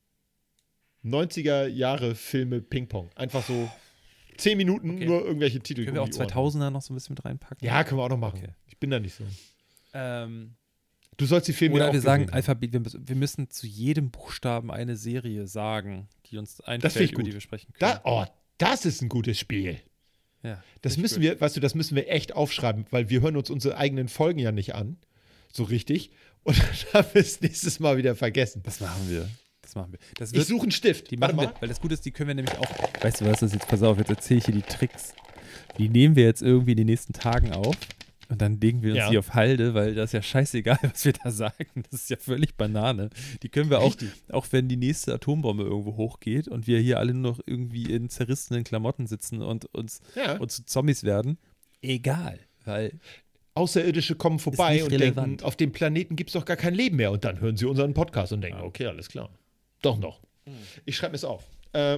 Speaker 2: neunziger Jahre Filme Ping-Pong. Einfach so zehn Minuten
Speaker 3: Okay.
Speaker 2: nur irgendwelche Titel.
Speaker 3: Können wir
Speaker 2: um
Speaker 3: auch
Speaker 2: die Ohren.
Speaker 3: zweitausender noch so ein bisschen mit reinpacken?
Speaker 2: Ja, können wir auch noch machen.
Speaker 3: Okay.
Speaker 2: Ich bin da nicht so.
Speaker 3: Ähm,
Speaker 2: Du sollst die Filme
Speaker 3: oder
Speaker 2: auch
Speaker 3: wir sagen
Speaker 2: gesehen haben.
Speaker 3: Alphabet. Wir, müssen- wir müssen zu jedem Buchstaben eine Serie sagen, die uns
Speaker 2: Das
Speaker 3: einfällt,
Speaker 2: find ich
Speaker 3: über
Speaker 2: gut.
Speaker 3: die wir sprechen können.
Speaker 2: Da, oh, das ist ein gutes Spiel.
Speaker 3: ja,
Speaker 2: Das
Speaker 3: richtig
Speaker 2: müssen
Speaker 3: gut.
Speaker 2: wir, weißt du, das müssen wir echt aufschreiben, weil wir hören uns unsere eigenen Folgen ja nicht an. So richtig. Und dann haben wir es nächstes Mal wieder vergessen.
Speaker 3: Das machen wir. Das machen wir. Das
Speaker 2: Ich
Speaker 3: wird,
Speaker 2: suche einen Stift.
Speaker 3: die
Speaker 2: Warte
Speaker 3: machen
Speaker 2: mal.
Speaker 3: wir, weil das Gute ist, die können wir nämlich auch. Weißt du was, das jetzt, pass auf, jetzt erzähle ich hier die Tricks. Die nehmen wir jetzt irgendwie in den nächsten Tagen auf und dann legen wir uns
Speaker 2: Ja.
Speaker 3: die auf Halde, weil das ist ja scheißegal, was wir da sagen. Das ist ja völlig Banane. Die können wir auch,
Speaker 2: Richtig.
Speaker 3: auch wenn die nächste Atombombe irgendwo hochgeht und wir hier alle nur noch irgendwie in zerrissenen Klamotten sitzen und uns
Speaker 2: Ja.
Speaker 3: und zu Zombies werden, egal, weil
Speaker 2: Außerirdische kommen vorbei
Speaker 3: nicht
Speaker 2: und
Speaker 3: relevant.
Speaker 2: denken, auf dem Planeten gibt es doch gar kein Leben mehr. Und dann hören sie unseren Podcast und denken,
Speaker 3: Ja.
Speaker 2: okay, alles klar. Doch noch. Ich schreibe mir es auf. Äh,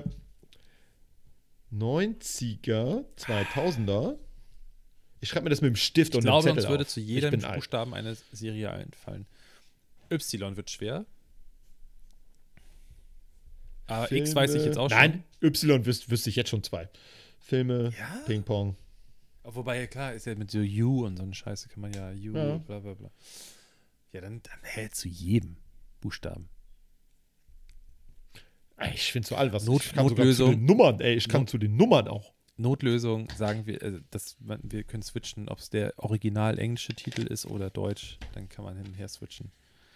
Speaker 2: neunziger, zweitausender. Ich schreibe mir das mit dem Stift
Speaker 3: ich
Speaker 2: und
Speaker 3: glaube,
Speaker 2: einem
Speaker 3: uns
Speaker 2: Zettel
Speaker 3: würde
Speaker 2: auf.
Speaker 3: zu
Speaker 2: Ich
Speaker 3: jedem
Speaker 2: bin alt.
Speaker 3: Buchstaben eine Serie einfallen. Y wird schwer. Aber X
Speaker 2: Filme-
Speaker 3: weiß ich jetzt auch schon.
Speaker 2: Nein, Y wüs wüsste ich jetzt schon zwei. Filme,
Speaker 3: Ja?
Speaker 2: Ping-Pong.
Speaker 3: Wobei, ja klar, ist ja mit so U und so eine Scheiße kann man ja U,
Speaker 2: Ja.
Speaker 3: bla bla bla. Ja, dann, dann hey, zu jedem Buchstaben.
Speaker 2: Ey, Ich finde so all was.
Speaker 3: Not-
Speaker 2: ich kann sogar zu
Speaker 3: Notlösung.
Speaker 2: den Nummern, ey, ich kann
Speaker 3: Not-
Speaker 2: zu den Nummern auch.
Speaker 3: Notlösung sagen wir, also das, man, wir können switchen, ob es der original englische Titel ist oder deutsch, dann kann man hin und her switchen.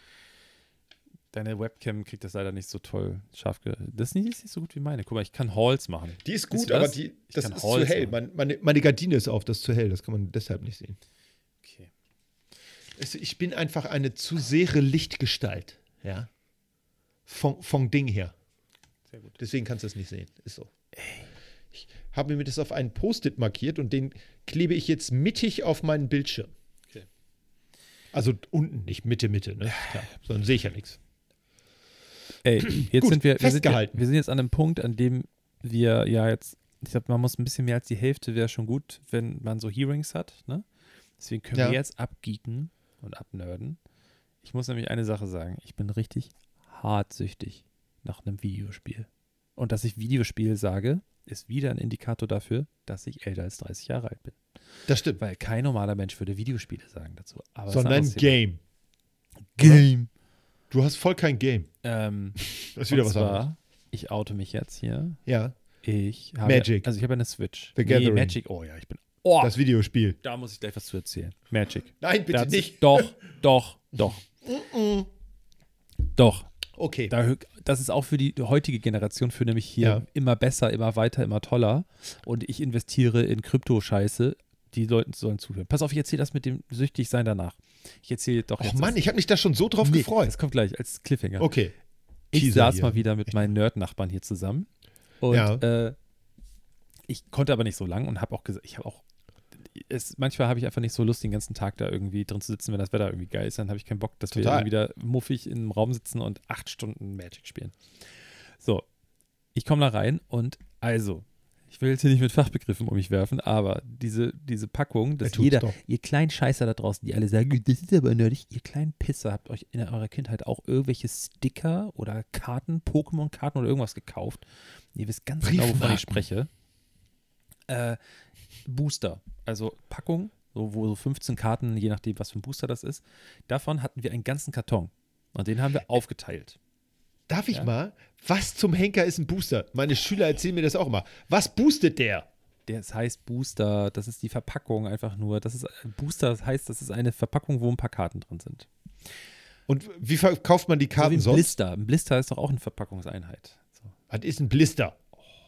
Speaker 3: Deine Webcam kriegt das leider nicht so toll scharf. Ge das ist nicht, ist nicht so gut wie meine. Guck mal, ich kann Halls machen.
Speaker 2: Die ist
Speaker 3: Wisst
Speaker 2: gut,
Speaker 3: ihr
Speaker 2: aber
Speaker 3: was?
Speaker 2: die,
Speaker 3: Ich
Speaker 2: das
Speaker 3: kann
Speaker 2: ist zu
Speaker 3: Holz
Speaker 2: hell.
Speaker 3: machen.
Speaker 2: Meine, meine, meine Gardine ist auf, das ist zu hell. Das kann man deshalb nicht sehen.
Speaker 3: Okay.
Speaker 2: Es- Ich bin einfach eine zu sehr Lichtgestalt. Ja. Von, vom Ding her.
Speaker 3: Sehr gut.
Speaker 2: Deswegen kannst du es nicht sehen. Ist so. Ich habe mir das auf einen Post-it markiert und den klebe ich jetzt mittig auf meinen Bildschirm.
Speaker 3: Okay.
Speaker 2: Also unten, nicht Mitte, Mitte, ne? Klar, sondern sehe ich ja nichts.
Speaker 3: Ey, jetzt
Speaker 2: Gut,
Speaker 3: sind wir, wir, sind, ja-
Speaker 2: festgehalten.
Speaker 3: wir sind jetzt an einem Punkt, an dem wir ja jetzt, ich glaube, man muss ein bisschen mehr als die Hälfte wäre schon gut, wenn man so Hearings hat, ne? Deswegen können
Speaker 2: Ja.
Speaker 3: wir jetzt abgeeken und abnerden. Ich muss nämlich eine Sache sagen, ich bin richtig hartsüchtig nach einem Videospiel. Und dass ich Videospiel sage, ist wieder ein Indikator dafür, dass ich älter als dreißig Jahre alt bin.
Speaker 2: Das stimmt.
Speaker 3: Weil kein normaler Mensch würde Videospiele sagen dazu. Aber es ist ein
Speaker 2: Sondern
Speaker 3: anderes Thema.
Speaker 2: Game.
Speaker 3: Game.
Speaker 2: Du hast voll kein Game.
Speaker 3: Ähm,
Speaker 2: Das ist wieder
Speaker 3: und
Speaker 2: was
Speaker 3: zwar
Speaker 2: anderes.
Speaker 3: ich oute mich jetzt hier.
Speaker 2: Ja.
Speaker 3: Ich habe,
Speaker 2: Magic.
Speaker 3: Also ich habe eine Switch.
Speaker 2: The
Speaker 3: nee,
Speaker 2: Gathering.
Speaker 3: Magic. Oh ja, ich bin. Oh,
Speaker 2: Das Videospiel.
Speaker 3: da muss ich gleich was zu erzählen. Magic.
Speaker 2: Nein, bitte
Speaker 3: Dazu-
Speaker 2: nicht.
Speaker 3: Doch, doch, doch. Doch.
Speaker 2: Okay.
Speaker 3: Da, das ist auch für die heutige Generation für nämlich hier
Speaker 2: Ja.
Speaker 3: immer besser, immer weiter, immer toller. Und ich investiere in Krypto-Scheiße. Die Leute sollen zuhören. Pass auf, ich erzähle das mit dem Süchtigsein danach. Ich erzähle doch
Speaker 2: Och
Speaker 3: jetzt.
Speaker 2: Mann, ich habe mich da schon so drauf
Speaker 3: nee,
Speaker 2: gefreut.
Speaker 3: Das kommt gleich als Cliffhanger.
Speaker 2: Okay.
Speaker 3: Ich
Speaker 2: Teaser
Speaker 3: saß
Speaker 2: hier.
Speaker 3: mal wieder mit meinen Nerd-Nachbarn hier zusammen. Und
Speaker 2: Ja.
Speaker 3: äh, ich konnte aber nicht so lang und habe auch gesagt, ich habe auch, es, manchmal habe ich einfach nicht so Lust, den ganzen Tag da irgendwie drin zu sitzen, wenn das Wetter irgendwie geil ist, dann habe ich keinen Bock, dass wir
Speaker 2: Total.
Speaker 3: irgendwie wieder muffig im Raum sitzen und acht Stunden Magic spielen. So, ich komme da rein und also, ich will jetzt hier nicht mit Fachbegriffen um mich werfen, aber diese, diese Packung,
Speaker 2: Er
Speaker 3: dass
Speaker 2: tut's
Speaker 3: jeder,
Speaker 2: doch.
Speaker 3: ihr kleinen Scheißer da draußen, die alle sagen, das ist aber nerdig, ihr kleinen Pisser, habt euch in eurer Kindheit auch irgendwelche Sticker oder Karten, Pokémon-Karten oder irgendwas gekauft. Ihr wisst ganz genau, wovon ich
Speaker 2: Briefmarken.
Speaker 3: spreche. Äh, Booster, also Packung, so, wo so fünfzehn Karten, je nachdem, was für ein Booster das ist. Davon hatten wir einen ganzen Karton und den haben wir aufgeteilt.
Speaker 2: Darf ich
Speaker 3: Ja.
Speaker 2: mal? Was zum Henker ist ein Booster? Meine Schüler erzählen mir das auch immer. Was boostet der?
Speaker 3: Das heißt Booster, das ist die Verpackung einfach nur. Das ist Booster, das heißt, das ist eine Verpackung, wo ein paar Karten drin sind.
Speaker 2: Und wie verkauft man die
Speaker 3: So wie
Speaker 2: Karten
Speaker 3: ein
Speaker 2: sonst?
Speaker 3: Blister. Ein Blister ist doch auch eine Verpackungseinheit. So.
Speaker 2: Was ist ein Blister?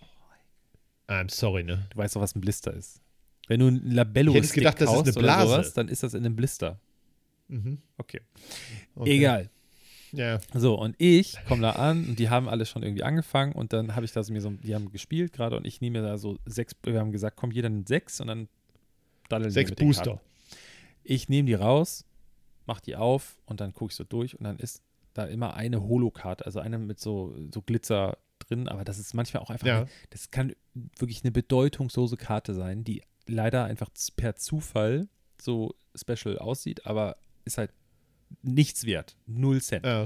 Speaker 2: I'm sorry, ne?
Speaker 3: Du weißt doch, was ein Blister ist. Wenn du ein Labello
Speaker 2: Ich hätte gedacht, das ist eine
Speaker 3: oder
Speaker 2: Blase.
Speaker 3: sowas, dann ist das in einem Blister.
Speaker 2: Mhm.
Speaker 3: Okay.
Speaker 2: Okay.
Speaker 3: Egal.
Speaker 2: Ja.
Speaker 3: So, und ich komme da an und die haben alle schon irgendwie angefangen und dann habe ich da so mir so, die haben gespielt gerade und ich nehme mir da so sechs, wir haben gesagt, komm, jeder nimmt sechs und dann daddeln wir
Speaker 2: Sechs
Speaker 3: mit den
Speaker 2: Booster.
Speaker 3: Karten. Ich nehme die raus, mach die auf und dann gucke ich so durch und dann ist da immer eine Holokarte, also eine mit so, so Glitzer drin, aber das ist manchmal auch einfach,
Speaker 2: Ja.
Speaker 3: eine, das kann wirklich eine bedeutungslose Karte sein, die leider einfach z- per Zufall so special aussieht, aber ist halt nichts wert, null Cent.
Speaker 2: Ja.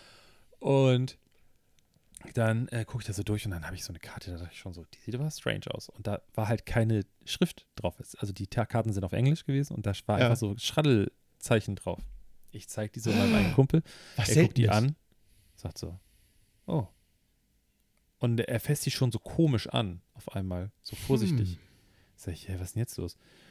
Speaker 3: Und dann äh, gucke ich da so durch und dann habe ich so eine Karte, da dachte ich schon so, die sieht aber strange aus. Und da war halt keine Schrift drauf. Also die Ta- Karten sind auf Englisch gewesen und da war
Speaker 2: Ja.
Speaker 3: einfach so Schraddelzeichen drauf. Ich zeige die so meinem einen Kumpel,
Speaker 2: Was
Speaker 3: er guckt die
Speaker 2: Seltenes.
Speaker 3: an, sagt so, oh. Und er fässt die schon so komisch an, auf einmal, so vorsichtig.
Speaker 2: Hm.
Speaker 3: Sag ich, hey, was ist denn jetzt los?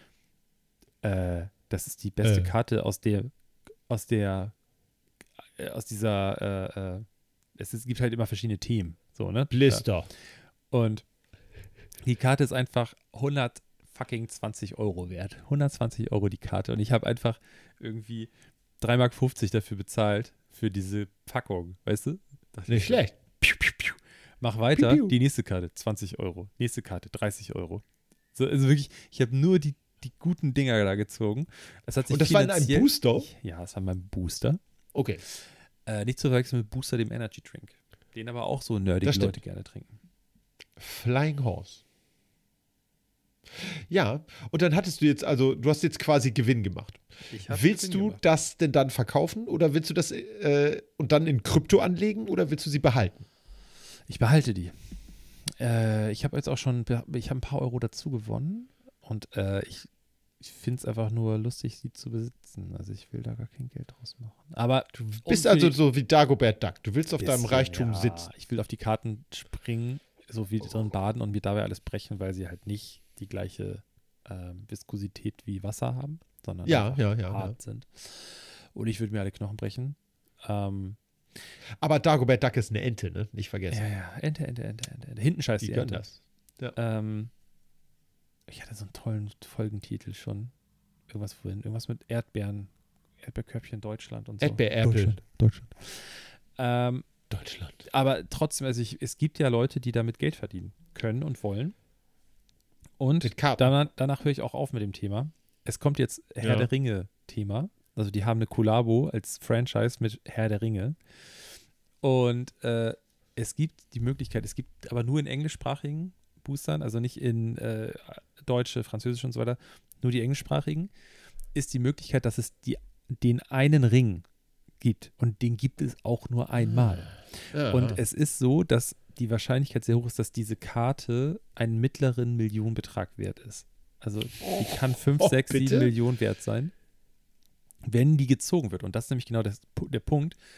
Speaker 3: Äh, das ist die beste
Speaker 2: Äh.
Speaker 3: Karte aus der, aus der, äh, aus dieser, äh, äh, es, ist, gibt halt immer verschiedene Themen, so, ne?
Speaker 2: Blister.
Speaker 3: Ja. Und die Karte ist einfach hundert fucking zwanzig Euro wert. hundertzwanzig Euro die Karte. Und ich habe einfach irgendwie drei Mark fünfzig dafür bezahlt, für diese Packung, weißt du? Dachte
Speaker 2: Nicht
Speaker 3: ich so,
Speaker 2: schlecht.
Speaker 3: Piu, piu, piu. Mach weiter,
Speaker 2: Piu, piu.
Speaker 3: die nächste Karte, zwanzig Euro. Nächste Karte, dreißig Euro. So, also wirklich, ich habe nur die, die guten Dinger da gezogen. Das hat sich
Speaker 2: Und das war in einem
Speaker 3: finanziell-
Speaker 2: Booster?
Speaker 3: Ja, das war mein Booster.
Speaker 2: Okay.
Speaker 3: Äh, nicht zu verwechseln mit Booster, dem Energy Drink. Den aber auch so nerdige
Speaker 2: Das stimmt.
Speaker 3: Leute gerne trinken.
Speaker 2: Flying Horse. Ja, und dann hattest du jetzt, also du hast jetzt quasi Gewinn gemacht.
Speaker 3: Ich hab
Speaker 2: Willst
Speaker 3: Gewinn
Speaker 2: du
Speaker 3: gemacht.
Speaker 2: das denn dann verkaufen oder willst du das äh, und dann in Krypto anlegen oder willst du sie behalten?
Speaker 3: Ich behalte die. Äh, ich habe jetzt auch schon, ich habe ein paar Euro dazu gewonnen und äh, ich, ich finde es einfach nur lustig, sie zu besitzen. Also ich will da gar kein Geld draus machen. Aber
Speaker 2: Du bist
Speaker 3: und
Speaker 2: also
Speaker 3: für-
Speaker 2: so wie Dagobert Duck. Du willst auf deinem
Speaker 3: bisschen,
Speaker 2: Reichtum
Speaker 3: ja,
Speaker 2: sitzen.
Speaker 3: Ich will auf die Karten springen, so wie drin baden und mir dabei alles brechen, weil sie halt nicht die gleiche ähm, Viskosität wie Wasser haben, sondern
Speaker 2: Ja,
Speaker 3: einfach
Speaker 2: ja, ja,
Speaker 3: hart sind. Und ich würde mir alle Knochen brechen. Ähm,
Speaker 2: Aber Dagobert Duck ist eine Ente, ne? Nicht vergessen.
Speaker 3: ja, ja, Ente, Ente, Ente, Ente. Ente. Hinten scheißt
Speaker 2: Die
Speaker 3: die,
Speaker 2: können
Speaker 3: Ente.
Speaker 2: das.
Speaker 3: Ähm, ich hatte so einen tollen Folgentitel schon. Irgendwas vorhin, irgendwas mit Erdbeeren, Erdbeerkörbchen Deutschland und so.
Speaker 2: Erdbeerapple.
Speaker 3: Deutschland. Deutschland. Ähm,
Speaker 2: Deutschland.
Speaker 3: aber trotzdem, also ich, es gibt ja Leute, die damit Geld verdienen können und wollen. Und
Speaker 2: Mit Karten.
Speaker 3: danach, danach höre ich auch auf mit dem Thema. Es kommt jetzt Herr
Speaker 2: Ja.
Speaker 3: der Ringe-Thema. Also die haben eine Kollabo als Franchise mit Herr der Ringe. Und äh, es gibt die Möglichkeit, es gibt aber nur in englischsprachigen Boostern, also nicht in äh, deutsche, französische und so weiter, nur die englischsprachigen, ist die Möglichkeit, dass es die, den einen Ring gibt. Und den gibt es auch nur einmal.
Speaker 2: Ja.
Speaker 3: Und es ist so, dass die Wahrscheinlichkeit sehr hoch ist, dass diese Karte einen mittleren Millionenbetrag wert ist. Also die kann fünf,
Speaker 2: oh,
Speaker 3: sechs,
Speaker 2: bitte?
Speaker 3: sieben Millionen wert sein, wenn die gezogen wird. Und das ist nämlich genau das, der Punkt.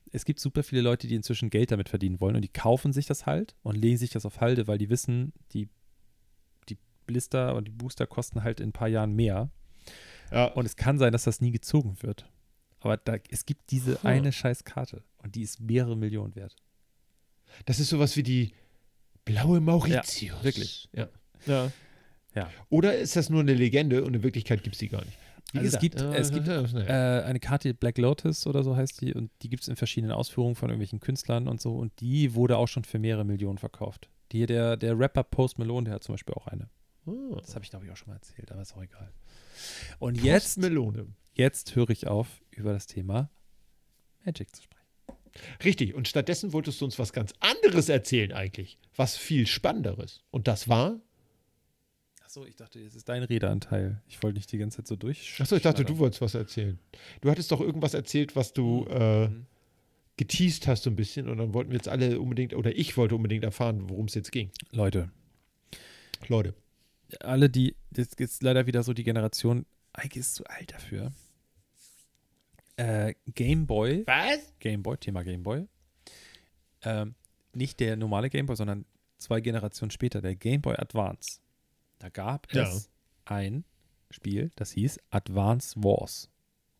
Speaker 3: es gibt super viele Leute, die inzwischen Geld damit verdienen wollen und die kaufen sich das halt und legen sich das auf Halde, weil die wissen, die, die Blister und die Booster kosten halt in ein paar Jahren mehr.
Speaker 2: Ja.
Speaker 3: Und es kann sein, dass das nie gezogen wird. Aber da, es gibt diese
Speaker 2: Huh.
Speaker 3: eine scheiß Karte und die ist mehrere Millionen wert.
Speaker 2: Das ist sowas wie die blaue Mauritius.
Speaker 3: Ja, wirklich.
Speaker 2: Ja. Ja.
Speaker 3: Ja.
Speaker 2: Oder ist das nur eine Legende und in Wirklichkeit gibt es die gar nicht? Wie
Speaker 3: Also es
Speaker 2: gesagt,
Speaker 3: gibt,
Speaker 2: äh,
Speaker 3: es gibt
Speaker 2: ja,
Speaker 3: äh, eine Karte, Black Lotus oder so heißt die, und die gibt es in verschiedenen Ausführungen von irgendwelchen Künstlern und so, und die wurde auch schon für mehrere Millionen verkauft. Die, der, der Rapper Post Malone, der hat zum Beispiel auch eine.
Speaker 2: Ah.
Speaker 3: Das habe ich, glaube ich, auch schon mal erzählt, aber ist auch egal. Und jetzt,
Speaker 2: Melone.
Speaker 3: jetzt höre ich auf, über das Thema Magic zu sprechen.
Speaker 2: Richtig, und stattdessen wolltest du uns was ganz anderes erzählen eigentlich. Was viel Spannenderes. Und das war?
Speaker 3: Achso, ich dachte, jetzt ist dein Redeanteil. Ich wollte nicht die ganze Zeit so durch.
Speaker 2: Achso, ich dachte, du wolltest was erzählen. Du hattest doch irgendwas erzählt, was du äh,
Speaker 3: Mhm.
Speaker 2: geteased hast so ein bisschen, und dann wollten wir jetzt alle unbedingt, oder ich wollte unbedingt erfahren, worum es jetzt ging.
Speaker 3: Leute,
Speaker 2: Leute.
Speaker 3: alle, die, das ist leider wieder so die Generation, Eike ist zu alt dafür. Äh, Game Boy,
Speaker 2: Was?
Speaker 3: Game Boy, Thema Game Boy. Ähm, nicht der normale Game Boy, sondern zwei Generationen später, der Game Boy Advance. Da gab
Speaker 2: Ja.
Speaker 3: es ein Spiel, das hieß Advance Wars.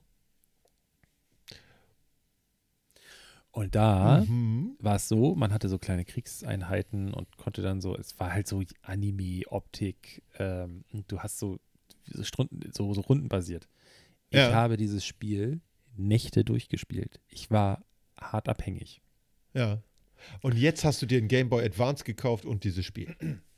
Speaker 3: Und da
Speaker 2: Mhm.
Speaker 3: war es so, man hatte so kleine Kriegseinheiten und konnte dann so, es war halt so Anime-Optik, ähm, und du hast so, so, Stunden, so, so rundenbasiert. Ich
Speaker 2: Ja.
Speaker 3: habe dieses Spiel Nächte durchgespielt. Ich war hart abhängig.
Speaker 2: Ja. Und jetzt hast du dir ein Game Boy Advance gekauft und dieses Spiel.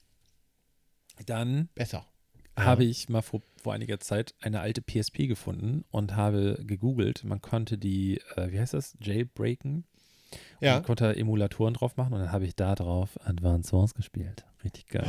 Speaker 3: Dann
Speaker 2: Besser. Ja.
Speaker 3: habe ich mal vor, vor einiger Zeit eine alte P S P gefunden und habe gegoogelt. Man konnte die, äh, wie heißt das, jailbreaken.
Speaker 2: Ja.
Speaker 3: Man konnte Emulatoren drauf machen und dann habe ich da drauf Advance Wars gespielt. Richtig geil.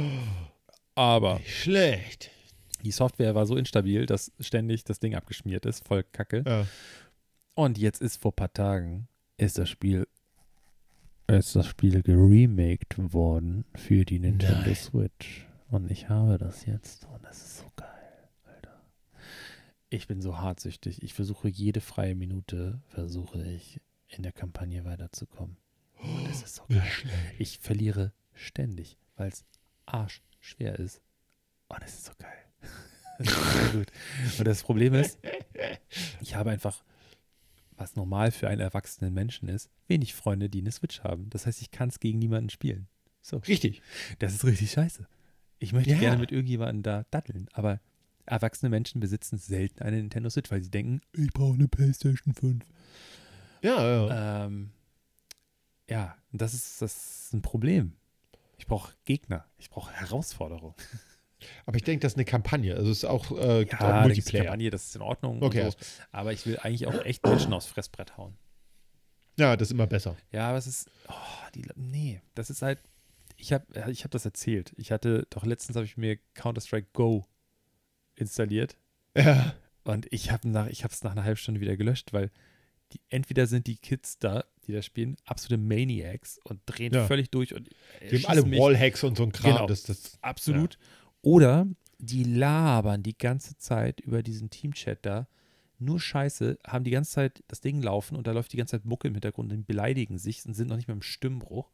Speaker 3: Aber
Speaker 2: Nicht schlecht.
Speaker 3: die Software war so instabil, dass ständig das Ding abgeschmiert ist. Voll kacke.
Speaker 2: Ja.
Speaker 3: Und jetzt ist vor ein paar Tagen ist das Spiel ist das Spiel geremaked worden für die Nintendo
Speaker 2: Nein.
Speaker 3: Switch. Und ich habe das jetzt und das ist so geil, Alter. Ich bin so hartsüchtig. Ich versuche jede freie Minute, versuche ich in der Kampagne weiterzukommen. Und das ist so geil.
Speaker 2: Nicht schlecht.
Speaker 3: Ich verliere ständig, weil es arschschwer ist. Und es ist so geil. Das ist so gut. Und das Problem ist, ich habe einfach, was normal für einen erwachsenen Menschen ist, wenig Freunde, die eine Switch haben. Das heißt, ich kann es gegen niemanden spielen. So.
Speaker 2: Richtig.
Speaker 3: Das ist richtig scheiße. Ich möchte
Speaker 2: Ja.
Speaker 3: gerne mit irgendjemandem da datteln, aber erwachsene Menschen besitzen selten eine Nintendo Switch, weil sie denken, ich brauche eine PlayStation fünf.
Speaker 2: Ja, ja.
Speaker 3: Ähm, ja, und das ist, das ist ein Problem. Ich brauche Gegner, ich brauche Herausforderungen.
Speaker 2: Aber ich denke, das ist eine Kampagne. Also es ist auch, äh, gibt auch
Speaker 3: da gibt's
Speaker 2: Multiplayer.
Speaker 3: Kampagne, das ist in Ordnung.
Speaker 2: Okay.
Speaker 3: Und so. Aber ich will eigentlich auch echt Menschen aufs Fressbrett hauen.
Speaker 2: Ja, das ist immer besser.
Speaker 3: Ja, aber es ist, oh, die, nee, das ist halt, ich habe ich hab das erzählt. Ich hatte, doch letztens habe ich mir Counter-Strike Go installiert
Speaker 2: Ja.
Speaker 3: und ich habe nach, ich habe es nach einer halben Stunde wieder gelöscht, weil die, entweder sind die Kids da, die da spielen, absolute Maniacs und drehen
Speaker 2: Ja.
Speaker 3: völlig durch und
Speaker 2: Die haben alle Wallhacks und so ein Kram.
Speaker 3: Genau.
Speaker 2: Das, das,
Speaker 3: Absolut. Oder die labern die ganze Zeit über diesen Teamchat da. Nur Scheiße, haben die ganze Zeit das Ding laufen und da läuft die ganze Zeit Mucke im Hintergrund und beleidigen sich und sind noch nicht mehr im Stimmbruch.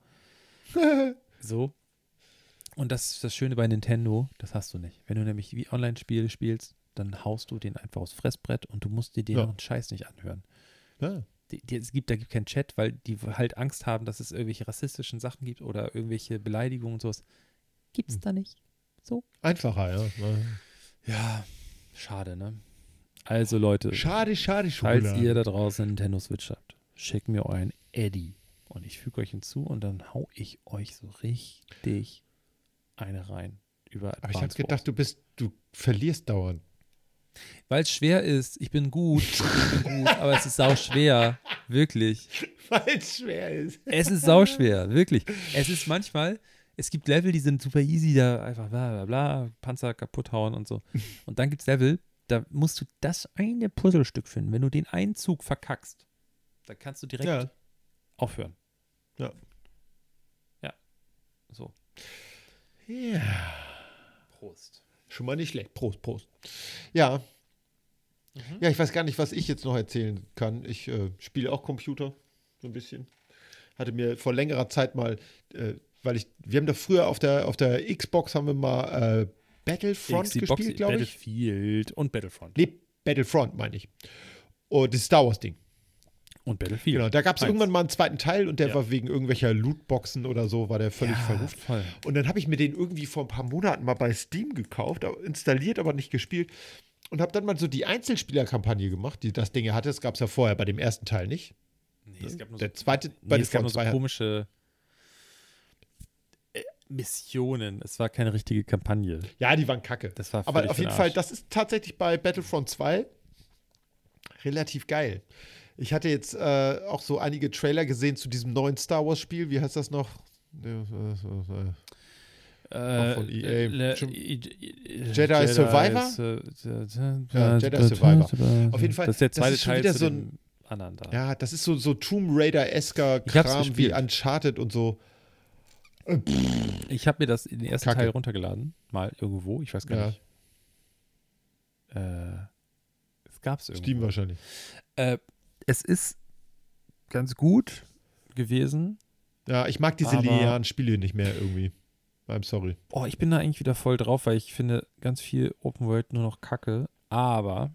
Speaker 3: So. Und das ist das Schöne bei Nintendo, das hast du nicht. Wenn du nämlich wie Online-Spiele spielst, dann haust du den einfach aufs Fressbrett und du musst dir den
Speaker 2: Ja.
Speaker 3: Scheiß nicht anhören.
Speaker 2: ja.
Speaker 3: Die, die, es gibt, da gibt keinen Chat, weil die halt Angst haben, dass es irgendwelche rassistischen Sachen gibt oder irgendwelche Beleidigungen und sowas. Gibt's
Speaker 2: Hm.
Speaker 3: da nicht. So.
Speaker 2: Einfacher, ja.
Speaker 3: Ja, schade, ne? Also Leute,
Speaker 2: Schade, schade,
Speaker 3: falls
Speaker 2: Schokolade.
Speaker 3: ihr da draußen eine Nintendo Switch habt, schickt mir euren Eddie und ich füge euch hinzu und dann hau ich euch so richtig eine rein über
Speaker 2: Aber ich habe
Speaker 3: Advance Wars.
Speaker 2: gedacht, du bist, du verlierst dauernd.
Speaker 3: Weil es schwer ist. Ich bin gut, ich bin gut, aber es ist sau schwer, wirklich.
Speaker 2: Weil es schwer ist.
Speaker 3: Es ist sau schwer, wirklich. Es ist manchmal, es gibt Level, die sind super easy, da einfach bla bla bla, Panzer kaputt hauen und so. Und dann gibt es Level, da musst du das eine Puzzlestück finden. Wenn du den einen Zug verkackst, dann kannst du direkt
Speaker 2: Ja.
Speaker 3: aufhören.
Speaker 2: Ja.
Speaker 3: Ja. So.
Speaker 2: Ja.
Speaker 3: Prost.
Speaker 2: Schon mal nicht schlecht. Prost, Prost. Ja.
Speaker 3: Mhm.
Speaker 2: Ja, ich weiß gar nicht, was ich jetzt noch erzählen kann. Ich äh, spiele auch Computer. so ein bisschen. Hatte mir vor längerer Zeit mal, äh, weil ich, wir haben da früher auf der, auf der Xbox haben wir mal äh, Battlefront
Speaker 3: Xbox,
Speaker 2: gespielt, glaube ich.
Speaker 3: Battlefield und Battlefront.
Speaker 2: Nee, Battlefront meine ich. Und das Star Wars Ding.
Speaker 3: Und Battlefield.
Speaker 2: Genau, da gab es
Speaker 3: Eins.
Speaker 2: irgendwann mal einen zweiten Teil und der
Speaker 3: Ja.
Speaker 2: war wegen irgendwelcher Lootboxen oder so, war der völlig
Speaker 3: Ja,
Speaker 2: verruft.
Speaker 3: voll.
Speaker 2: Und dann habe ich mir den irgendwie vor ein paar Monaten mal bei Steam gekauft, aber installiert, aber nicht gespielt. Und habe dann mal so die Einzelspielerkampagne gemacht, die das Ding ja hatte. Das gab es ja vorher bei dem ersten Teil nicht.
Speaker 3: Nee, es gab nur
Speaker 2: Der
Speaker 3: so,
Speaker 2: zweite
Speaker 3: nee, es gab
Speaker 2: Battlefront
Speaker 3: nur so
Speaker 2: zwei hat-
Speaker 3: komische äh, Missionen. Es war keine richtige Kampagne.
Speaker 2: Ja, die waren kacke.
Speaker 3: Das war
Speaker 2: Aber
Speaker 3: völlig
Speaker 2: auf
Speaker 3: für den
Speaker 2: jeden Fall,
Speaker 3: Arsch.
Speaker 2: das ist tatsächlich bei Battlefront zwei relativ geil. Ich hatte jetzt äh, auch so einige Trailer gesehen zu diesem neuen Star Wars Spiel. Wie heißt das noch?
Speaker 3: Äh,
Speaker 2: von E A.
Speaker 3: Le-
Speaker 2: Schon-
Speaker 3: I- I-
Speaker 2: Jedi Survivor?
Speaker 3: Sur-
Speaker 2: Ja, Jedi Survivor. Auf jeden Fall,
Speaker 3: Das ist der
Speaker 2: das
Speaker 3: zweite
Speaker 2: ist schon
Speaker 3: Teil
Speaker 2: wieder
Speaker 3: zu
Speaker 2: so
Speaker 3: dem anderen da.
Speaker 2: Ja, das ist so, so Tomb Raider-esker
Speaker 3: Ich hab's
Speaker 2: Kram wie
Speaker 3: gespielt.
Speaker 2: Uncharted und so.
Speaker 3: Ich habe mir das in den ersten
Speaker 2: Kacke.
Speaker 3: Teil runtergeladen. Mal irgendwo. Ich weiß gar
Speaker 2: Ja.
Speaker 3: nicht. Äh, es gab es irgendwo.
Speaker 2: Steam wahrscheinlich.
Speaker 3: Äh, es ist ganz gut gewesen.
Speaker 2: Ja, ich mag diese
Speaker 3: Aber-
Speaker 2: linearen Spiele nicht mehr irgendwie. I'm sorry.
Speaker 3: Oh, ich bin da eigentlich wieder voll drauf, weil ich finde ganz viel Open World nur noch Kacke. Aber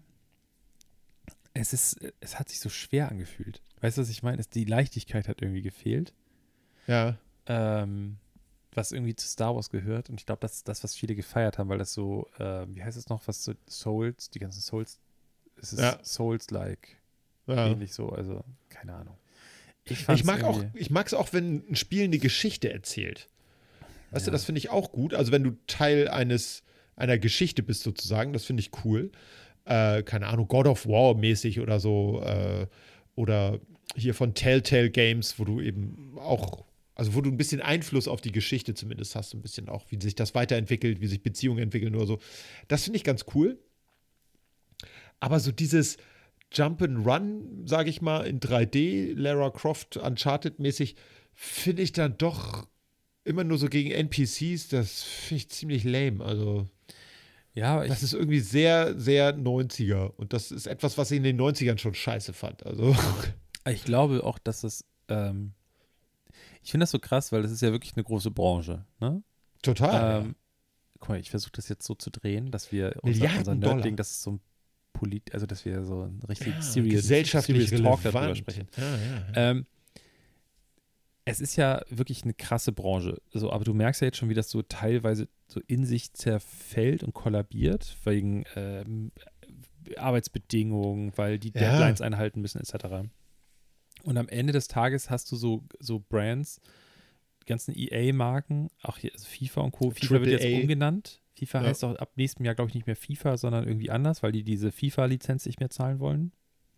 Speaker 3: es ist, es hat sich so schwer angefühlt. Weißt du, was ich meine? Es- Die Leichtigkeit hat irgendwie gefehlt.
Speaker 2: Ja.
Speaker 3: Ähm, was irgendwie zu Star Wars gehört. Und ich glaube, das ist das, was viele gefeiert haben, weil das so, äh, wie heißt es noch, was so Souls, die ganzen Souls, es ist
Speaker 2: Ja.
Speaker 3: Souls-like,
Speaker 2: ja.
Speaker 3: ähnlich so, also keine Ahnung. Ich,
Speaker 2: Ich
Speaker 3: fand's
Speaker 2: mag auch,
Speaker 3: irgendwie-
Speaker 2: ich mag es auch, wenn ein Spiel eine Geschichte erzählt. Weißt du,
Speaker 3: Ja.
Speaker 2: das finde ich auch gut. Also wenn du Teil eines einer Geschichte bist sozusagen, das finde ich cool. Äh, keine Ahnung, God of War mäßig oder so. Äh, oder hier von Telltale Games, wo du eben auch, also wo du ein bisschen Einfluss auf die Geschichte zumindest hast, ein bisschen auch, wie sich das weiterentwickelt, wie sich Beziehungen entwickeln oder so. Das finde ich ganz cool. Aber so dieses Jump and Run, sage ich mal, in drei D, Lara Croft Uncharted-mäßig, finde ich dann doch immer nur so gegen N P Cs, das finde ich ziemlich lame. Also,
Speaker 3: ja, aber ich,
Speaker 2: das ist irgendwie sehr, sehr neunziger. Und das ist etwas, was ich in den neunzigern schon scheiße fand. Also,
Speaker 3: ich glaube auch, dass es, ähm, ich finde das so krass, weil das ist ja wirklich eine große Branche, ne?
Speaker 2: total.
Speaker 3: Ähm, guck mal, ich versuche das jetzt so zu drehen, dass wir unser,
Speaker 2: Milliarden
Speaker 3: unser
Speaker 2: Dollar.
Speaker 3: Nerd-Ding, das ist so ein Polit, also dass wir so ein richtig
Speaker 2: ja,
Speaker 3: serious,
Speaker 2: gesellschaftlich
Speaker 3: serious Talk darüber
Speaker 2: relevant.
Speaker 3: sprechen.
Speaker 2: Ja, ja, ja.
Speaker 3: Ähm, es ist ja wirklich eine krasse Branche. So, aber du merkst ja jetzt schon, wie das so teilweise so in sich zerfällt und kollabiert, wegen ähm, Arbeitsbedingungen, weil die
Speaker 2: Ja.
Speaker 3: Deadlines einhalten müssen, et cetera. Und am Ende des Tages hast du so, so Brands, die ganzen E A-Marken, auch hier, also FIFA und Co. FIFA wird
Speaker 2: Triple
Speaker 3: jetzt
Speaker 2: A.
Speaker 3: umgenannt. FIFA
Speaker 2: Ja.
Speaker 3: heißt auch ab nächstem Jahr, glaube ich, nicht mehr FIFA, sondern irgendwie anders, weil die diese FIFA-Lizenz nicht mehr zahlen wollen.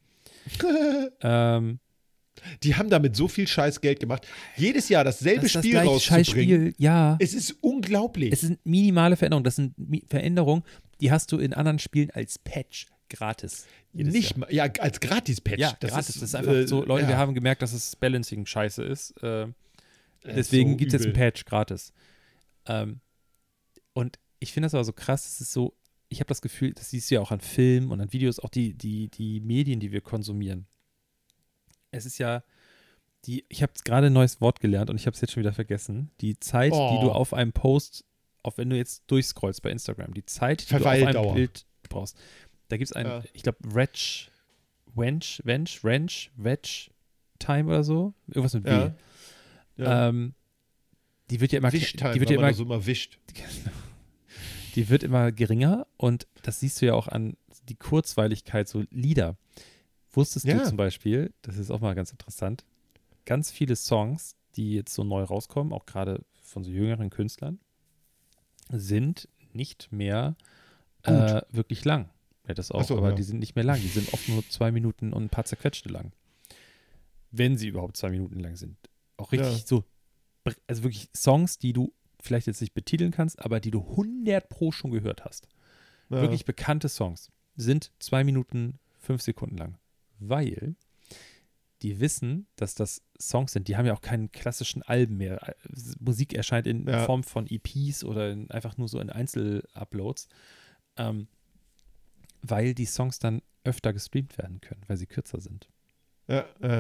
Speaker 3: ähm,
Speaker 2: Die haben damit so viel Scheißgeld gemacht. Jedes Jahr dasselbe
Speaker 3: das ist das
Speaker 2: Spiel
Speaker 3: gleiche
Speaker 2: rauszubringen.
Speaker 3: Scheißspiel, ja.
Speaker 2: Es ist unglaublich.
Speaker 3: Es sind minimale Veränderungen. Das sind Mi- Veränderungen, die hast du in anderen Spielen als Patch gratis. jedes
Speaker 2: Nicht
Speaker 3: Jahr.
Speaker 2: mal, ja, als Gratis-Patch.
Speaker 3: Ja,
Speaker 2: das
Speaker 3: gratis.
Speaker 2: Ist,
Speaker 3: das ist einfach
Speaker 2: äh,
Speaker 3: so, Leute,
Speaker 2: ja.
Speaker 3: wir haben gemerkt, dass das Balancing scheiße ist. Äh,
Speaker 2: Das
Speaker 3: deswegen
Speaker 2: ist so
Speaker 3: gibt es jetzt ein
Speaker 2: übel.
Speaker 3: Patch gratis. Ähm, und ich finde das aber so krass, es ist so, ich habe das Gefühl, das siehst du ja auch an Filmen und an Videos, auch die, die, die Medien, die wir konsumieren. Es ist ja, die, ich habe gerade ein neues Wort gelernt und ich habe es jetzt schon wieder vergessen. Die Zeit,
Speaker 2: Oh.
Speaker 3: die du auf einem Post, auf wenn du jetzt durchscrollst bei Instagram, die Zeit, die du auf
Speaker 2: Verweildauer.
Speaker 3: einem Bild brauchst. Da gibt es einen,
Speaker 2: Ja.
Speaker 3: ich glaube, Wretch, Wench, Wench, Wrench, Wedge Time oder so. Irgendwas mit W.
Speaker 2: Ja. Ja.
Speaker 3: Ähm, die wird ja immer,
Speaker 2: Wischtime,
Speaker 3: die wird
Speaker 2: weil
Speaker 3: ja
Speaker 2: man
Speaker 3: immer,
Speaker 2: so immer wischt.
Speaker 3: die wird immer geringer und das siehst du ja auch an die Kurzweiligkeit so Lieder. Wusstest
Speaker 2: Ja.
Speaker 3: du zum Beispiel, das ist auch mal ganz interessant, ganz viele Songs, die jetzt so neu rauskommen, auch gerade von so jüngeren Künstlern, sind nicht mehr äh, wirklich lang. Ja, das auch,
Speaker 2: Ach so,
Speaker 3: aber
Speaker 2: ja.
Speaker 3: die sind nicht mehr lang. Die sind oft nur zwei Minuten und ein paar zerquetschte lang. Wenn sie überhaupt zwei Minuten lang sind. Auch richtig
Speaker 2: Ja.
Speaker 3: so, br- also wirklich Songs, die du vielleicht jetzt nicht betiteln kannst, aber die du hundert pro schon gehört hast.
Speaker 2: Ja.
Speaker 3: Wirklich bekannte Songs sind zwei Minuten, fünf Sekunden lang. Weil die wissen, dass das Songs sind, die haben ja auch keinen klassischen Alben mehr. Musik erscheint in
Speaker 2: Ja.
Speaker 3: Form von E Ps oder in, einfach nur so in Einzeluploads, ähm, weil die Songs dann öfter gestreamt werden können, weil sie kürzer sind.
Speaker 2: Ja, äh,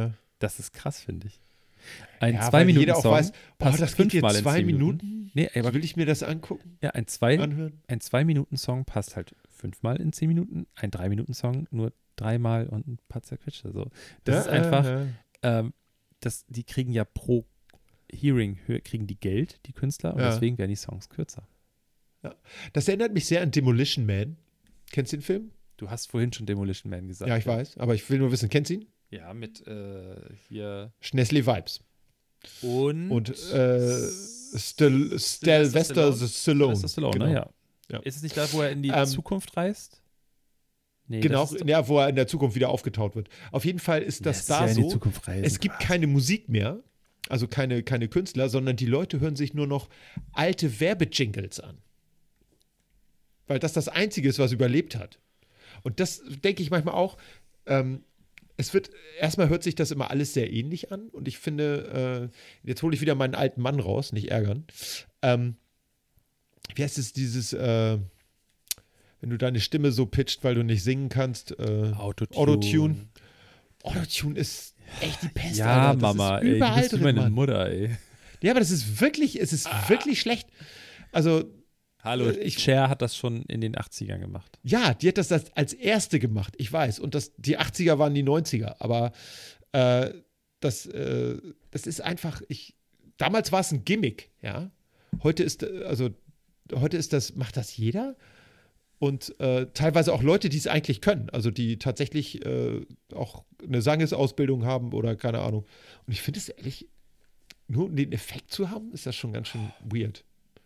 Speaker 3: Das ist krass, finde ich. Ein
Speaker 2: Ja,
Speaker 3: zwei
Speaker 2: weil
Speaker 3: Minuten
Speaker 2: jeder auch
Speaker 3: Song
Speaker 2: weiß, oh,
Speaker 3: passt
Speaker 2: das geht
Speaker 3: fünfmal
Speaker 2: jetzt
Speaker 3: in
Speaker 2: zwei
Speaker 3: zehn
Speaker 2: Minuten.
Speaker 3: Nee, aber
Speaker 2: Will ich mir das angucken,
Speaker 3: ja, ein zwei,
Speaker 2: anhören?
Speaker 3: ein zwei Minuten Song passt halt fünfmal in zehn Minuten, ein drei Minuten Song nur dreimal und ein paar zerquetschte. So. Das
Speaker 2: Ja,
Speaker 3: ist einfach,
Speaker 2: äh, äh.
Speaker 3: ähm, das, die kriegen ja pro Hearing, hö- kriegen die Geld, die Künstler, und
Speaker 2: Ja.
Speaker 3: deswegen werden die Songs kürzer.
Speaker 2: Das erinnert mich sehr an Demolition Man. Kennst du den Film?
Speaker 3: Du hast vorhin schon Demolition Man gesagt.
Speaker 2: Ja, ich weiß, aber ich will nur wissen, kennst du ihn?
Speaker 3: Ja, mit äh, hier
Speaker 2: Schnesli Vibes.
Speaker 3: und,
Speaker 2: Und äh, Stil, Sylvester Stallone.
Speaker 3: Sylvester Stallone,
Speaker 2: Genau.
Speaker 3: ne? Ja.
Speaker 2: Ja.
Speaker 3: Ist es nicht da, wo er in die
Speaker 2: Ähm,
Speaker 3: Zukunft reist? Nee,
Speaker 2: Genau,
Speaker 3: das ist doch-
Speaker 2: ja, wo er in der Zukunft wieder aufgetaut wird. Auf jeden Fall ist das
Speaker 3: Lässt
Speaker 2: da
Speaker 3: ja in die
Speaker 2: so.
Speaker 3: Zukunft reisen.
Speaker 2: Es gibt keine Musik mehr, also keine, keine Künstler, sondern die Leute hören sich nur noch alte Werbejingles an. Weil das das Einzige ist, was überlebt hat. Und das denke ich manchmal auch. Ähm, es wird, erstmal hört sich das immer alles sehr ähnlich an. Und ich finde, äh, jetzt hole ich wieder meinen alten Mann raus, nicht ärgern. Ähm, wie heißt es, dieses, äh, wenn du deine Stimme so pitcht, weil du nicht singen kannst? Äh,
Speaker 3: Autotune.
Speaker 2: Autotune. Autotune ist echt die Pest,
Speaker 3: Ja,
Speaker 2: Alter. Das
Speaker 3: Mama,
Speaker 2: ist
Speaker 3: ey, du
Speaker 2: überall
Speaker 3: bist wie
Speaker 2: drin,
Speaker 3: meine
Speaker 2: Mann.
Speaker 3: Mutter, ey.
Speaker 2: Ja, aber das ist wirklich, es ist wirklich schlecht. Also,
Speaker 3: Hallo,
Speaker 2: Äh, ich-
Speaker 3: Cher hat das schon in den achtzigern gemacht.
Speaker 2: ja, die hat das als- als erste gemacht, ich weiß. Und das, die achtziger waren die neunziger. Aber äh, das, äh, das ist einfach, ich, damals war es ein Gimmick, ja. Heute ist, äh, also, heute ist das, macht das jeder. Und äh, teilweise auch Leute, die es eigentlich können. Also, die tatsächlich äh, auch eine Sangesausbildung haben oder keine Ahnung. Und ich finde es ehrlich, nur um den Effekt zu haben, ist das schon ganz schön weird.